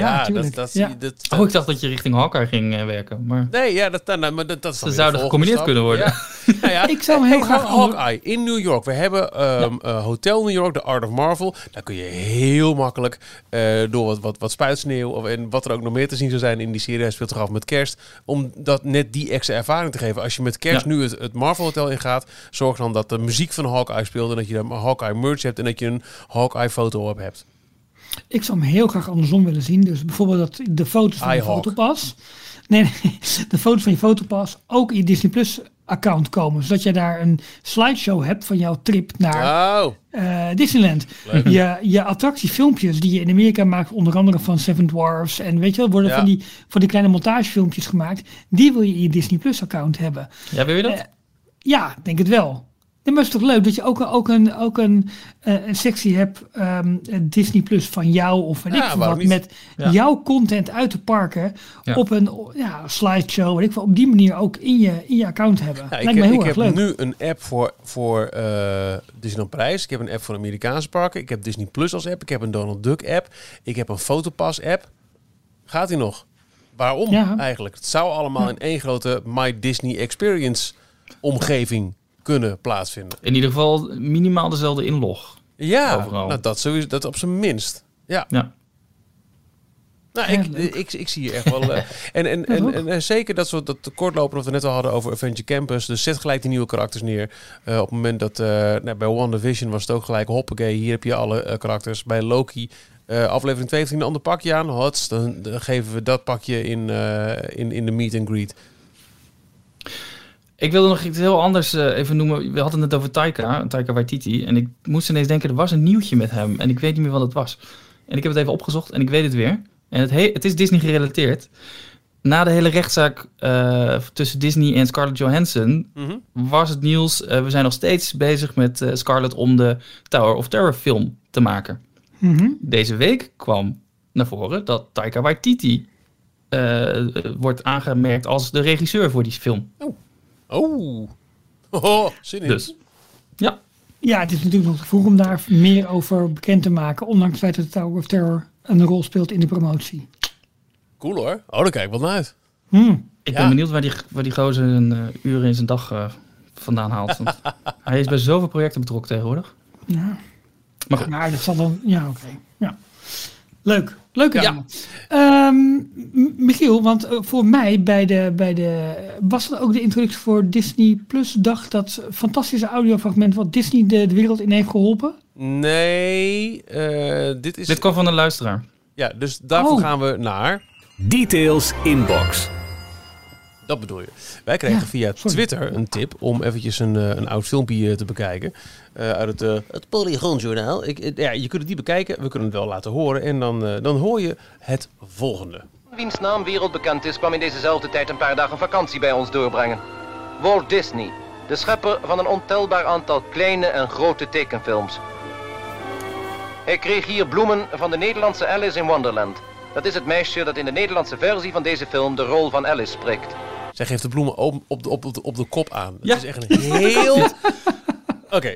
Ik dacht dat je richting Hawkeye ging werken. Maar nee, dat ze zouden gecombineerd kunnen worden. Ja. Ik zou hem heel graag Hawkeye in New York. We hebben Hotel New York, The Art of Marvel. Daar kun je heel makkelijk door wat spuitsneeuw en wat er ook nog meer te zien zou zijn in die serie. Hij speelt toch af met kerst. Om dat net die extra ervaring te geven. Als je met kerst nu het Marvel Hotel ingaat, zorg dan dat de muziek van Hawkeye speelt en dat je een Hawkeye merch hebt en dat je een Hawkeye foto op hebt. Ik zou hem heel graag andersom willen zien. Dus bijvoorbeeld dat de foto's van je fotopas. Nee, de foto's van je fotopas ook in je Disney Plus account komen. Zodat je daar een slideshow hebt van jouw trip naar Disneyland. Je attractiefilmpjes die je in Amerika maakt, onder andere van Seven Dwarfs. En weet je wel, worden van die kleine montagefilmpjes gemaakt. Die wil je in je Disney Plus account hebben. Ja, wil je dat? Ja, denk het wel. Nee, maar het is toch leuk dat je ook een sectie hebt, Disney Plus van jou of van ik veel wat, met jouw content uit de parken op een slideshow, weet ik veel, op die manier ook in je account hebben. Ja, Lijkt me heel ik erg heb leuk. nu een app voor Disneyland Parijs. Ik heb een app voor Amerikaanse parken. Ik heb Disney Plus als app. Ik heb een Donald Duck app. Ik heb een Fotopass app. Gaat die nog? Waarom eigenlijk? Het zou allemaal in één grote My Disney Experience omgeving kunnen plaatsvinden. In ieder geval minimaal dezelfde inlog. Ja, overal. Nou, dat op zijn minst. Ja. Nou, ik zie hier echt wel... en zeker dat kortlopen wat we net al hadden over Adventure Campus. Dus zet gelijk die nieuwe karakters neer. Op het moment dat... bij WandaVision was het ook gelijk... Hoppakee, hier heb je alle karakters. Bij Loki... aflevering 2 heeft hij een ander pakje aan. Dan geven we dat pakje in de meet and greet. Ik wilde nog iets heel anders even noemen. We hadden het over Taika Waititi. En ik moest ineens denken, er was een nieuwtje met hem. En ik weet niet meer wat het was. En ik heb het even opgezocht en ik weet het weer. En het is Disney gerelateerd. Na de hele rechtszaak tussen Disney en Scarlett Johansson... was het nieuws... we zijn nog steeds bezig met Scarlett om de Tower of Terror film te maken. Deze week kwam naar voren dat Taika Waititi wordt aangemerkt als de regisseur voor die film. Zin in. Dus, Ja, het is natuurlijk nog te vroeg om daar meer over bekend te maken. Ondanks het feit dat de Tower of Terror een rol speelt in de promotie. Cool hoor. Daar kijk ik wel naar uit. Ik ben benieuwd waar die gozer een uren in zijn dag vandaan haalt. Want hij is bij zoveel projecten betrokken tegenwoordig. Ja. Maar goed. Maar dat zal dan... Ja, oké. Ja. Leuk. Leuk aan. Michiel, want voor mij was het ook de introductie voor Disney Plus dag, dat fantastische audiofragment wat Disney de wereld in heeft geholpen? Nee, dit kwam van een luisteraar. Ja, dus daarvoor gaan we naar... Details Inbox. Dat bedoel je. Wij kregen via Twitter een tip om eventjes een oud filmpje te bekijken. Uit het Polygoonjournaal. Je kunt het niet bekijken, we kunnen het wel laten horen. En dan hoor je het volgende. Wiens naam wereldbekend is, kwam in dezezelfde tijd een paar dagen vakantie bij ons doorbrengen. Walt Disney, de schepper van een ontelbaar aantal kleine en grote tekenfilms. Hij kreeg hier bloemen van de Nederlandse Alice in Wonderland. Dat is het meisje dat in de Nederlandse versie van deze film de rol van Alice spreekt. Zij geeft de bloemen op de kop aan. Het is echt een heel... Oké.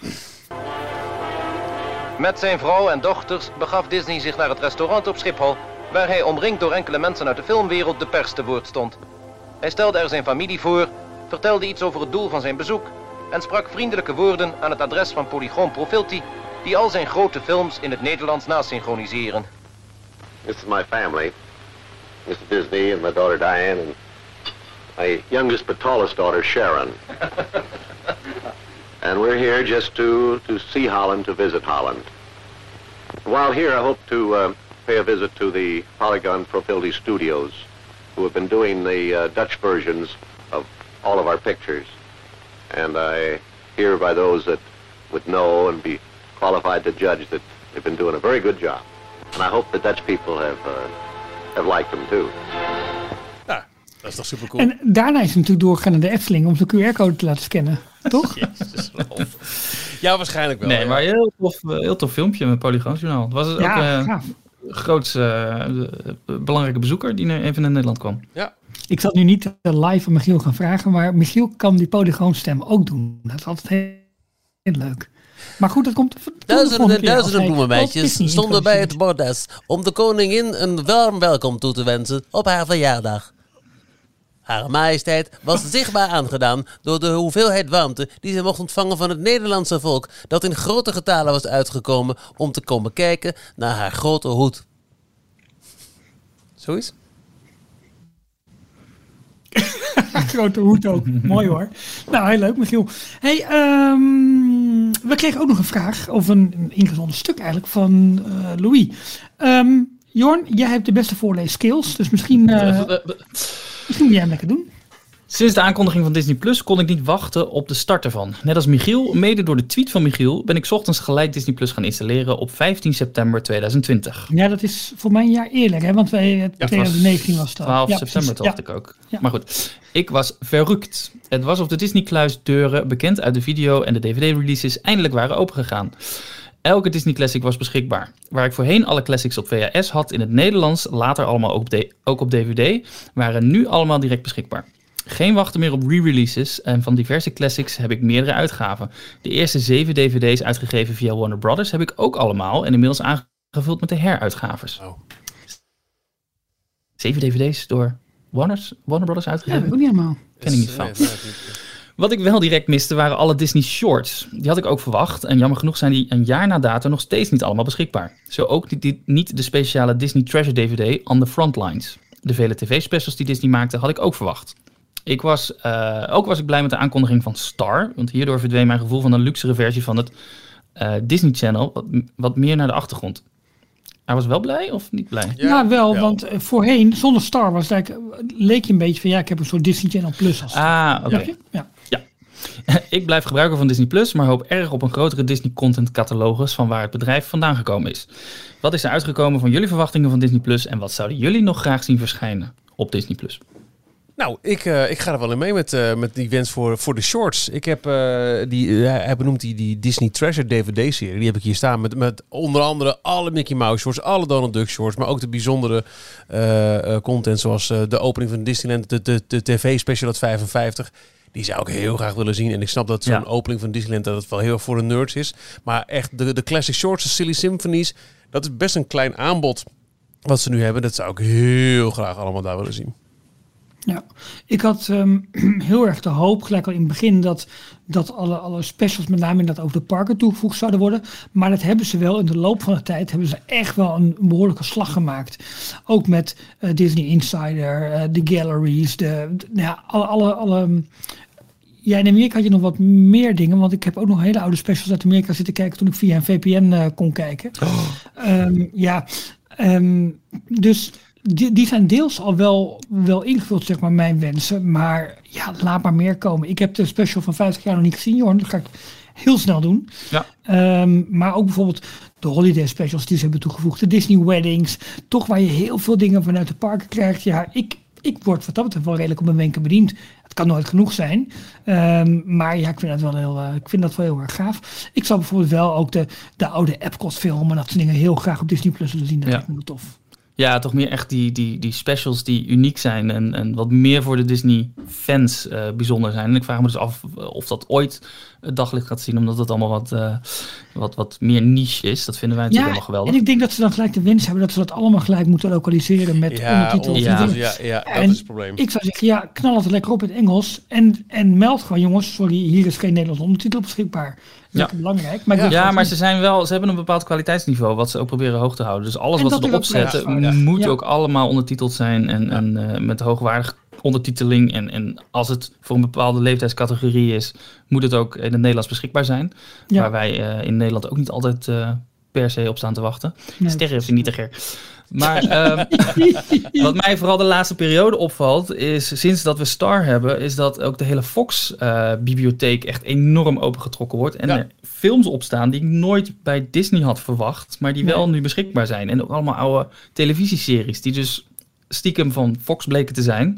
Met zijn vrouw en dochters begaf Disney zich naar het restaurant op Schiphol, waar hij omringd door enkele mensen uit de filmwereld de pers te woord stond. Hij stelde er zijn familie voor, vertelde iets over het doel van zijn bezoek en sprak vriendelijke woorden aan het adres van Polygoon Profilty, die al zijn grote films in het Nederlands nasynchroniseren. This is my family, Mr. Disney and my daughter Diane and my youngest but tallest daughter Sharon. And we're here just to see Holland, to visit Holland. While here, I hope to pay a visit to the Polygon Profilty Studios, who have been doing the Dutch versions of all of our pictures. And I hear by those that would know and be qualified to judge that they've been doing a very good job. And I hope the Dutch people have liked them too. Ja, dat is toch super cool. En daarna is hij natuurlijk doorgegaan naar de Efteling om zijn QR-code te laten scannen. Toch? Ja, waarschijnlijk wel. Nee, maar heel tof filmpje met Polygoonjournaal. Het was ook een grootste belangrijke bezoeker die even naar Nederland kwam. Ja. Ik zal nu niet live aan Michiel gaan vragen, maar Michiel kan die polygoonstem ook doen. Dat is altijd heel leuk. Maar goed, dat komt... Duizenden bloemenmeisjes stonden bij het bordes om de koningin een warm welkom toe te wensen op haar verjaardag. Hare majesteit was zichtbaar aangedaan door de hoeveelheid warmte die ze mocht ontvangen van het Nederlandse volk, dat in grote getalen was uitgekomen om te komen kijken naar haar grote hoed. Zoiets? Grote hoed ook. Mooi hoor. Nou, heel leuk, Michiel. Hey, we kregen ook nog een vraag, of een ingezonden stuk eigenlijk, van Louis. Jorn, jij hebt de beste voorleeskills, dus misschien moet jij hem lekker doen. Sinds de aankondiging van Disney Plus kon ik niet wachten op de start ervan. Net als Michiel, mede door de tweet van Michiel, ben ik 's ochtends gelijk Disney Plus gaan installeren op 15 september 2020. Ja, dat is voor mij een jaar eerder, hè? Want 2019 was dat. 12 september dacht ik ook. Ja. Maar goed, ik was verrukt. Het was of de Disney-kluisdeuren, bekend uit de video en de DVD-releases, eindelijk waren opengegaan. Elke Disney Classic was beschikbaar. Waar ik voorheen alle classics op VHS had in het Nederlands, later allemaal ook op DVD, waren nu allemaal direct beschikbaar. Geen wachten meer op re-releases en van diverse classics heb ik meerdere uitgaven. De eerste 7 DVD's uitgegeven via Warner Brothers heb ik ook allemaal en inmiddels aangevuld met de heruitgaves. 7 DVD's door Warner Brothers uitgegeven? Ja, dat ook niet helemaal. Ken ik niet van. Wat ik wel direct miste waren alle Disney Shorts. Die had ik ook verwacht en jammer genoeg zijn die een jaar na dato nog steeds niet allemaal beschikbaar. Zo ook niet de speciale Disney Treasure DVD On the Frontlines. De vele tv-specials die Disney maakte had ik ook verwacht. Ook was ik blij met de aankondiging van Star, want hierdoor verdween mijn gevoel van een luxere versie van het Disney Channel wat meer naar de achtergrond. Hij was wel blij of niet blij? Ja, wel, want voorheen, zonder Star, leek je een beetje van ik heb een soort Disney Channel Plus. Oké. Ja. Ik blijf gebruiker van Disney Plus, maar hoop erg op een grotere Disney content catalogus van waar het bedrijf vandaan gekomen is. Wat is er uitgekomen van jullie verwachtingen van Disney Plus en wat zouden jullie nog graag zien verschijnen op Disney Plus? Nou, ik ga er wel in mee met die wens voor de shorts. Ik heb hij benoemt die Disney Treasure DVD-serie. Die heb ik hier staan met onder andere alle Mickey Mouse shorts, alle Donald Duck shorts, maar ook de bijzondere content zoals de opening van Disneyland, de tv-special uit 55. Die zou ik heel graag willen zien. En ik snap dat zo'n opening van Disneyland dat het wel heel erg voor de nerds is. Maar echt de classic shorts, de Silly Symphonies, dat is best een klein aanbod wat ze nu hebben. Dat zou ik heel graag allemaal daar willen zien. Ja, ik had heel erg de hoop, gelijk al in het begin, dat alle specials met name inderdaad over de parken toegevoegd zouden worden. Maar dat hebben ze wel in de loop van de tijd, hebben ze echt wel een behoorlijke slag gemaakt. Ook met Disney Insider, de galleries, alle ja, in Amerika had je nog wat meer dingen, want ik heb ook nog hele oude specials uit Amerika zitten kijken toen ik via een VPN kon kijken. Dus die zijn deels al wel ingevuld, zeg maar, mijn wensen. Maar ja, laat maar meer komen. Ik heb de special van 50 jaar nog niet gezien, Jorn. Dat ga ik heel snel doen. Ja. Maar ook bijvoorbeeld de holiday specials die ze hebben toegevoegd. De Disney Weddings. Toch waar je heel veel dingen vanuit de parken krijgt. Ja, ik word wat dat betreft wel redelijk op mijn wenken bediend. Het kan nooit genoeg zijn. Maar ja, ik vind dat wel heel erg gaaf. Ik zou bijvoorbeeld wel ook de oude Epcot film en dat soort dingen heel graag op Disney Plus willen zien. Dat lijkt me wel tof. Ja, toch meer echt die specials die uniek zijn en wat meer voor de Disney-fans bijzonder zijn. En ik vraag me dus af of dat ooit het daglicht gaat zien, omdat het allemaal wat meer niche is. Dat vinden wij natuurlijk allemaal geweldig. En ik denk dat ze dan gelijk de wens hebben dat ze dat allemaal gelijk moeten lokaliseren met ondertitels. Ja, dat is het probleem. Ik zou zeggen, knal het lekker op in het Engels en meld gewoon, jongens, sorry, hier is geen Nederlands ondertitel beschikbaar. Lekker belangrijk. Maar maar ze hebben een bepaald kwaliteitsniveau wat ze ook proberen hoog te houden. Dus alles wat ze erop zetten moet ook allemaal ondertiteld zijn en met hoogwaardige ondertiteling. En als het voor een bepaalde leeftijdscategorie is, moet het ook in het Nederlands beschikbaar zijn. Ja. Waar wij in Nederland ook niet altijd per se op staan te wachten. Nee. Sterren vind ik niet te gek. Maar wat mij vooral de laatste periode opvalt, is sinds dat we Star hebben, is dat ook de hele Fox-bibliotheek echt enorm opengetrokken wordt. En er films op staan die ik nooit bij Disney had verwacht, maar die wel nu beschikbaar zijn. En ook allemaal oude televisieseries, die dus stiekem van Fox bleken te zijn.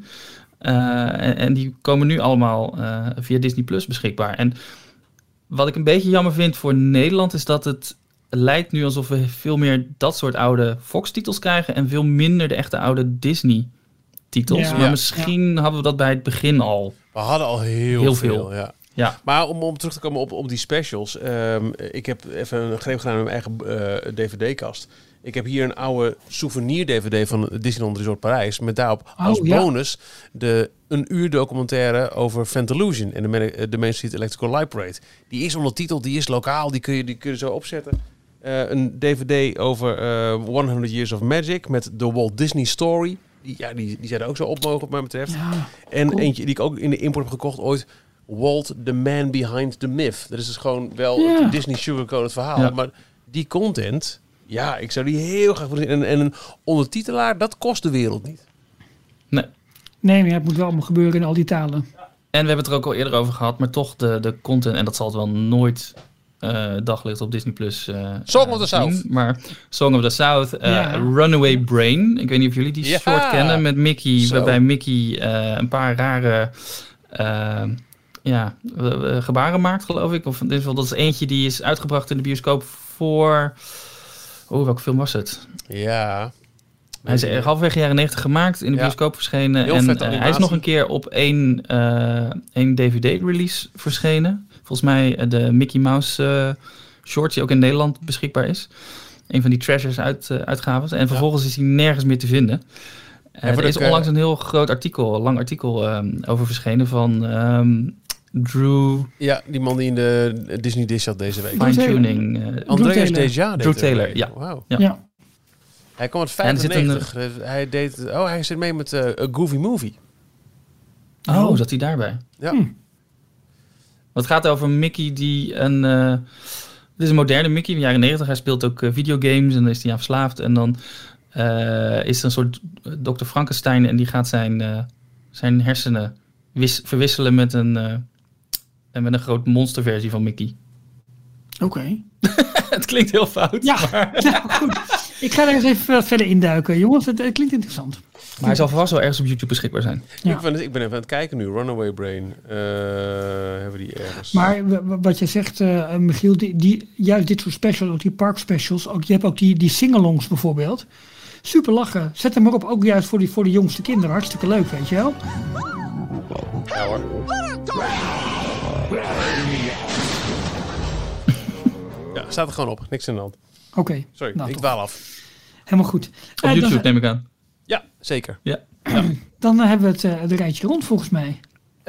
En die komen nu allemaal via Disney Plus beschikbaar. En wat ik een beetje jammer vind voor Nederland, is dat het lijkt nu alsof we veel meer dat soort oude Fox-titels krijgen en veel minder de echte oude Disney-titels. Ja, maar misschien hadden we dat bij het begin al. We hadden al heel veel. Ja. Maar om terug te komen op die specials. Ik heb even een greep gedaan in mijn eigen DVD-kast. Ik heb hier een oude souvenir-DVD van Disneyland Resort Parijs. Met daarop als bonus een uur documentaire over Fantalusion en de Main Street Electrical Light Parade. Die is ondertiteld, die is lokaal, die kun je zo opzetten. Een DVD over 100 Years of Magic met de Walt Disney Story. Die zijn er ook zo op mogen, wat mij betreft. Ja, en cool. Eentje die ik ook in de import heb gekocht ooit. Walt, the man behind the myth. Dat is dus gewoon wel het Disney sugarcoated verhaal. Ja. Maar die content, ik zou die heel graag willen zien. En een ondertitelaar, dat kost de wereld niet. Nee. Nee, maar het moet wel allemaal gebeuren in al die talen. En we hebben het er ook al eerder over gehad, maar toch de content, en dat zal het wel nooit daglicht op Disney Plus. Song of the South. Maar Song of the South, Runaway Brain. Ik weet niet of jullie die short kennen met Mickey, waarbij Mickey een paar rare gebaren maakt, geloof ik. Of in ieder geval, dat is eentje die is uitgebracht in de bioscoop voor... welke film was het? Ja... Hij is halverwege jaren 90 gemaakt, in de bioscoop verschenen. Hij is nog een keer op één DVD-release verschenen. Volgens mij de Mickey Mouse short, die ook in Nederland beschikbaar is. Een van die treasures uitgaves. En vervolgens is hij nergens meer te vinden. Er is onlangs een heel groot lang artikel over verschenen van Drew... Ja, die man die in de Disney Dish had deze week. Fine-tuning. Andreas Deja. Drew Taylor, ja. Wow. Ja. Hij kwam uit 95. Hij zit mee met A Goofy Movie. Zat hij daarbij? Ja. Het gaat over Mickey die het is een moderne Mickey in de jaren 90. Hij speelt ook videogames en dan is hij aan verslaafd. En dan is er een soort Dr. Frankenstein en die gaat zijn hersenen verwisselen met een groot monsterversie van Mickey. Oké. Het klinkt heel fout. Ja, nou, goed. Ik ga er eens even verder induiken. Jongens, het klinkt interessant. Maar hij zal vast wel ergens op YouTube beschikbaar zijn. Ja. Ik ben even aan het kijken nu. Runaway Brain. Hebben we die ergens? Maar wat je zegt, Michiel, juist dit soort specials, ook die park specials, je hebt ook die sing-alongs bijvoorbeeld. Super lachen. Zet hem maar op, ook juist voor de jongste kinderen. Hartstikke leuk, weet je wel? Ja hoor. Ja, staat er gewoon op. Niks aan de hand. Oké. Sorry, nou, ik dwaal af. Helemaal goed. Op YouTube neem ik aan. Ja, zeker. Ja. Dan hebben we het rijtje rond volgens mij.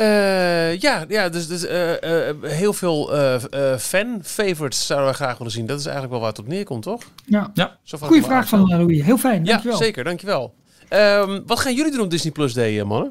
Dus heel veel fan-favorites zouden we graag willen zien. Dat is eigenlijk wel waar het op neerkomt, toch? Ja. Goeie vraag van Louis. Heel fijn, dankjewel. Ja, zeker, dankjewel. Wat gaan jullie doen op Disney Plus Day, mannen?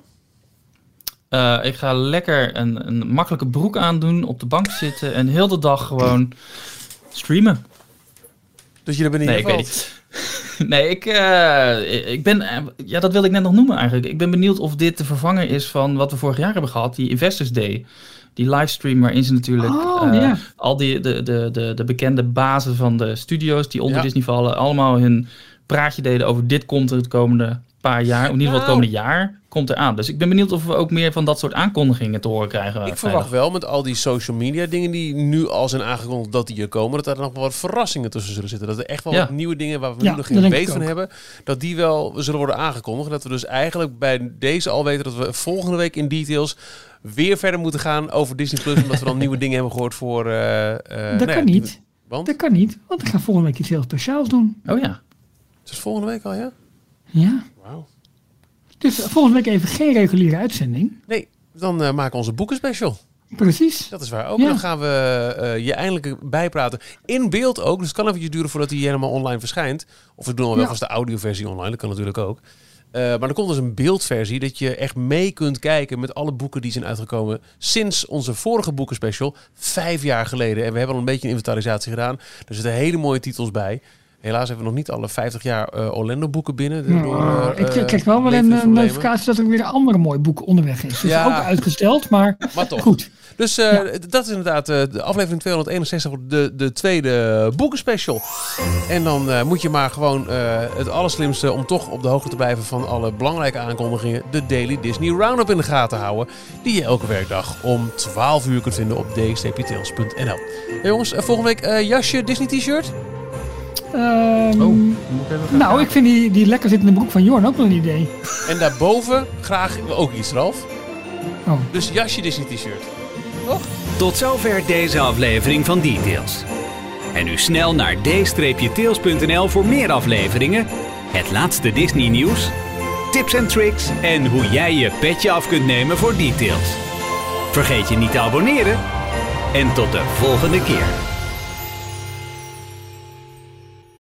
Ik ga lekker een makkelijke broek aandoen, op de bank zitten en heel de dag gewoon streamen. Dus je er bent ik weet niet. Nee, ik ben... dat wilde ik net nog noemen eigenlijk. Ik ben benieuwd of dit de vervanger is van wat we vorig jaar hebben gehad. Die Investors Day. Die livestream waarin ze natuurlijk al de bekende bazen van de studio's die onder Disney vallen, allemaal hun praatje deden over dit komt er het komende paar jaar. In ieder geval het komende jaar komt eraan. Dus ik ben benieuwd of we ook meer van dat soort aankondigingen te horen krijgen. Ik verwacht wel met al die social media dingen die nu al zijn aangekondigd dat die hier komen, dat er nog wel wat verrassingen tussen zullen zitten. Dat er echt wel wat nieuwe dingen waar we nu nog geen weet van hebben, dat die wel zullen worden aangekondigd. Dat we dus eigenlijk bij deze al weten dat we volgende week in details weer verder moeten gaan over Disney Plus, omdat we dan nieuwe dingen hebben gehoord voor... dat kan niet. Dat kan niet, want ik ga volgende week iets heel speciaals doen. Oh ja. Is het volgende week al, ja? Ja. Wauw. Dus volgende week even geen reguliere uitzending. Nee, dan maken we onze boekenspecial. Precies. Dat is waar ook. Ja. Dan gaan we je eindelijk bijpraten. In beeld ook. Dus het kan eventjes duren voordat hij helemaal online verschijnt. Of we doen al wel vast de audioversie online. Dat kan natuurlijk ook. Maar er komt dus een beeldversie dat je echt mee kunt kijken met alle boeken die zijn uitgekomen sinds onze vorige boekenspecial 5 jaar geleden. En we hebben al een beetje een inventarisatie gedaan. Er zitten hele mooie titels bij. Helaas hebben we nog niet alle 50 jaar Orlando boeken binnen. Ik krijg wel een notificatie dat er weer een andere mooi boek onderweg is. Dus ook uitgesteld, maar toch. Goed. Dus dat is inderdaad de aflevering 261, de tweede boekenspecial. En dan moet je maar gewoon het allerslimste om toch op de hoogte te blijven van alle belangrijke aankondigingen, de Daily Disney Roundup in de gaten houden. Die je elke werkdag om 12 uur kunt vinden op d-tales.nl. Ja, jongens, volgende week jasje, Disney t-shirt? Nou, ik vind die lekker zittende broek van Jorn ook wel een idee. En daarboven graag ook iets, Ralf. Oh. Dus jasje Disney t-shirt. Oh. Tot zover deze aflevering van Details. En nu snel naar d-tales.nl voor meer afleveringen, het laatste Disney nieuws, tips en tricks en hoe jij je petje af kunt nemen voor Details. Vergeet je niet te abonneren en tot de volgende keer.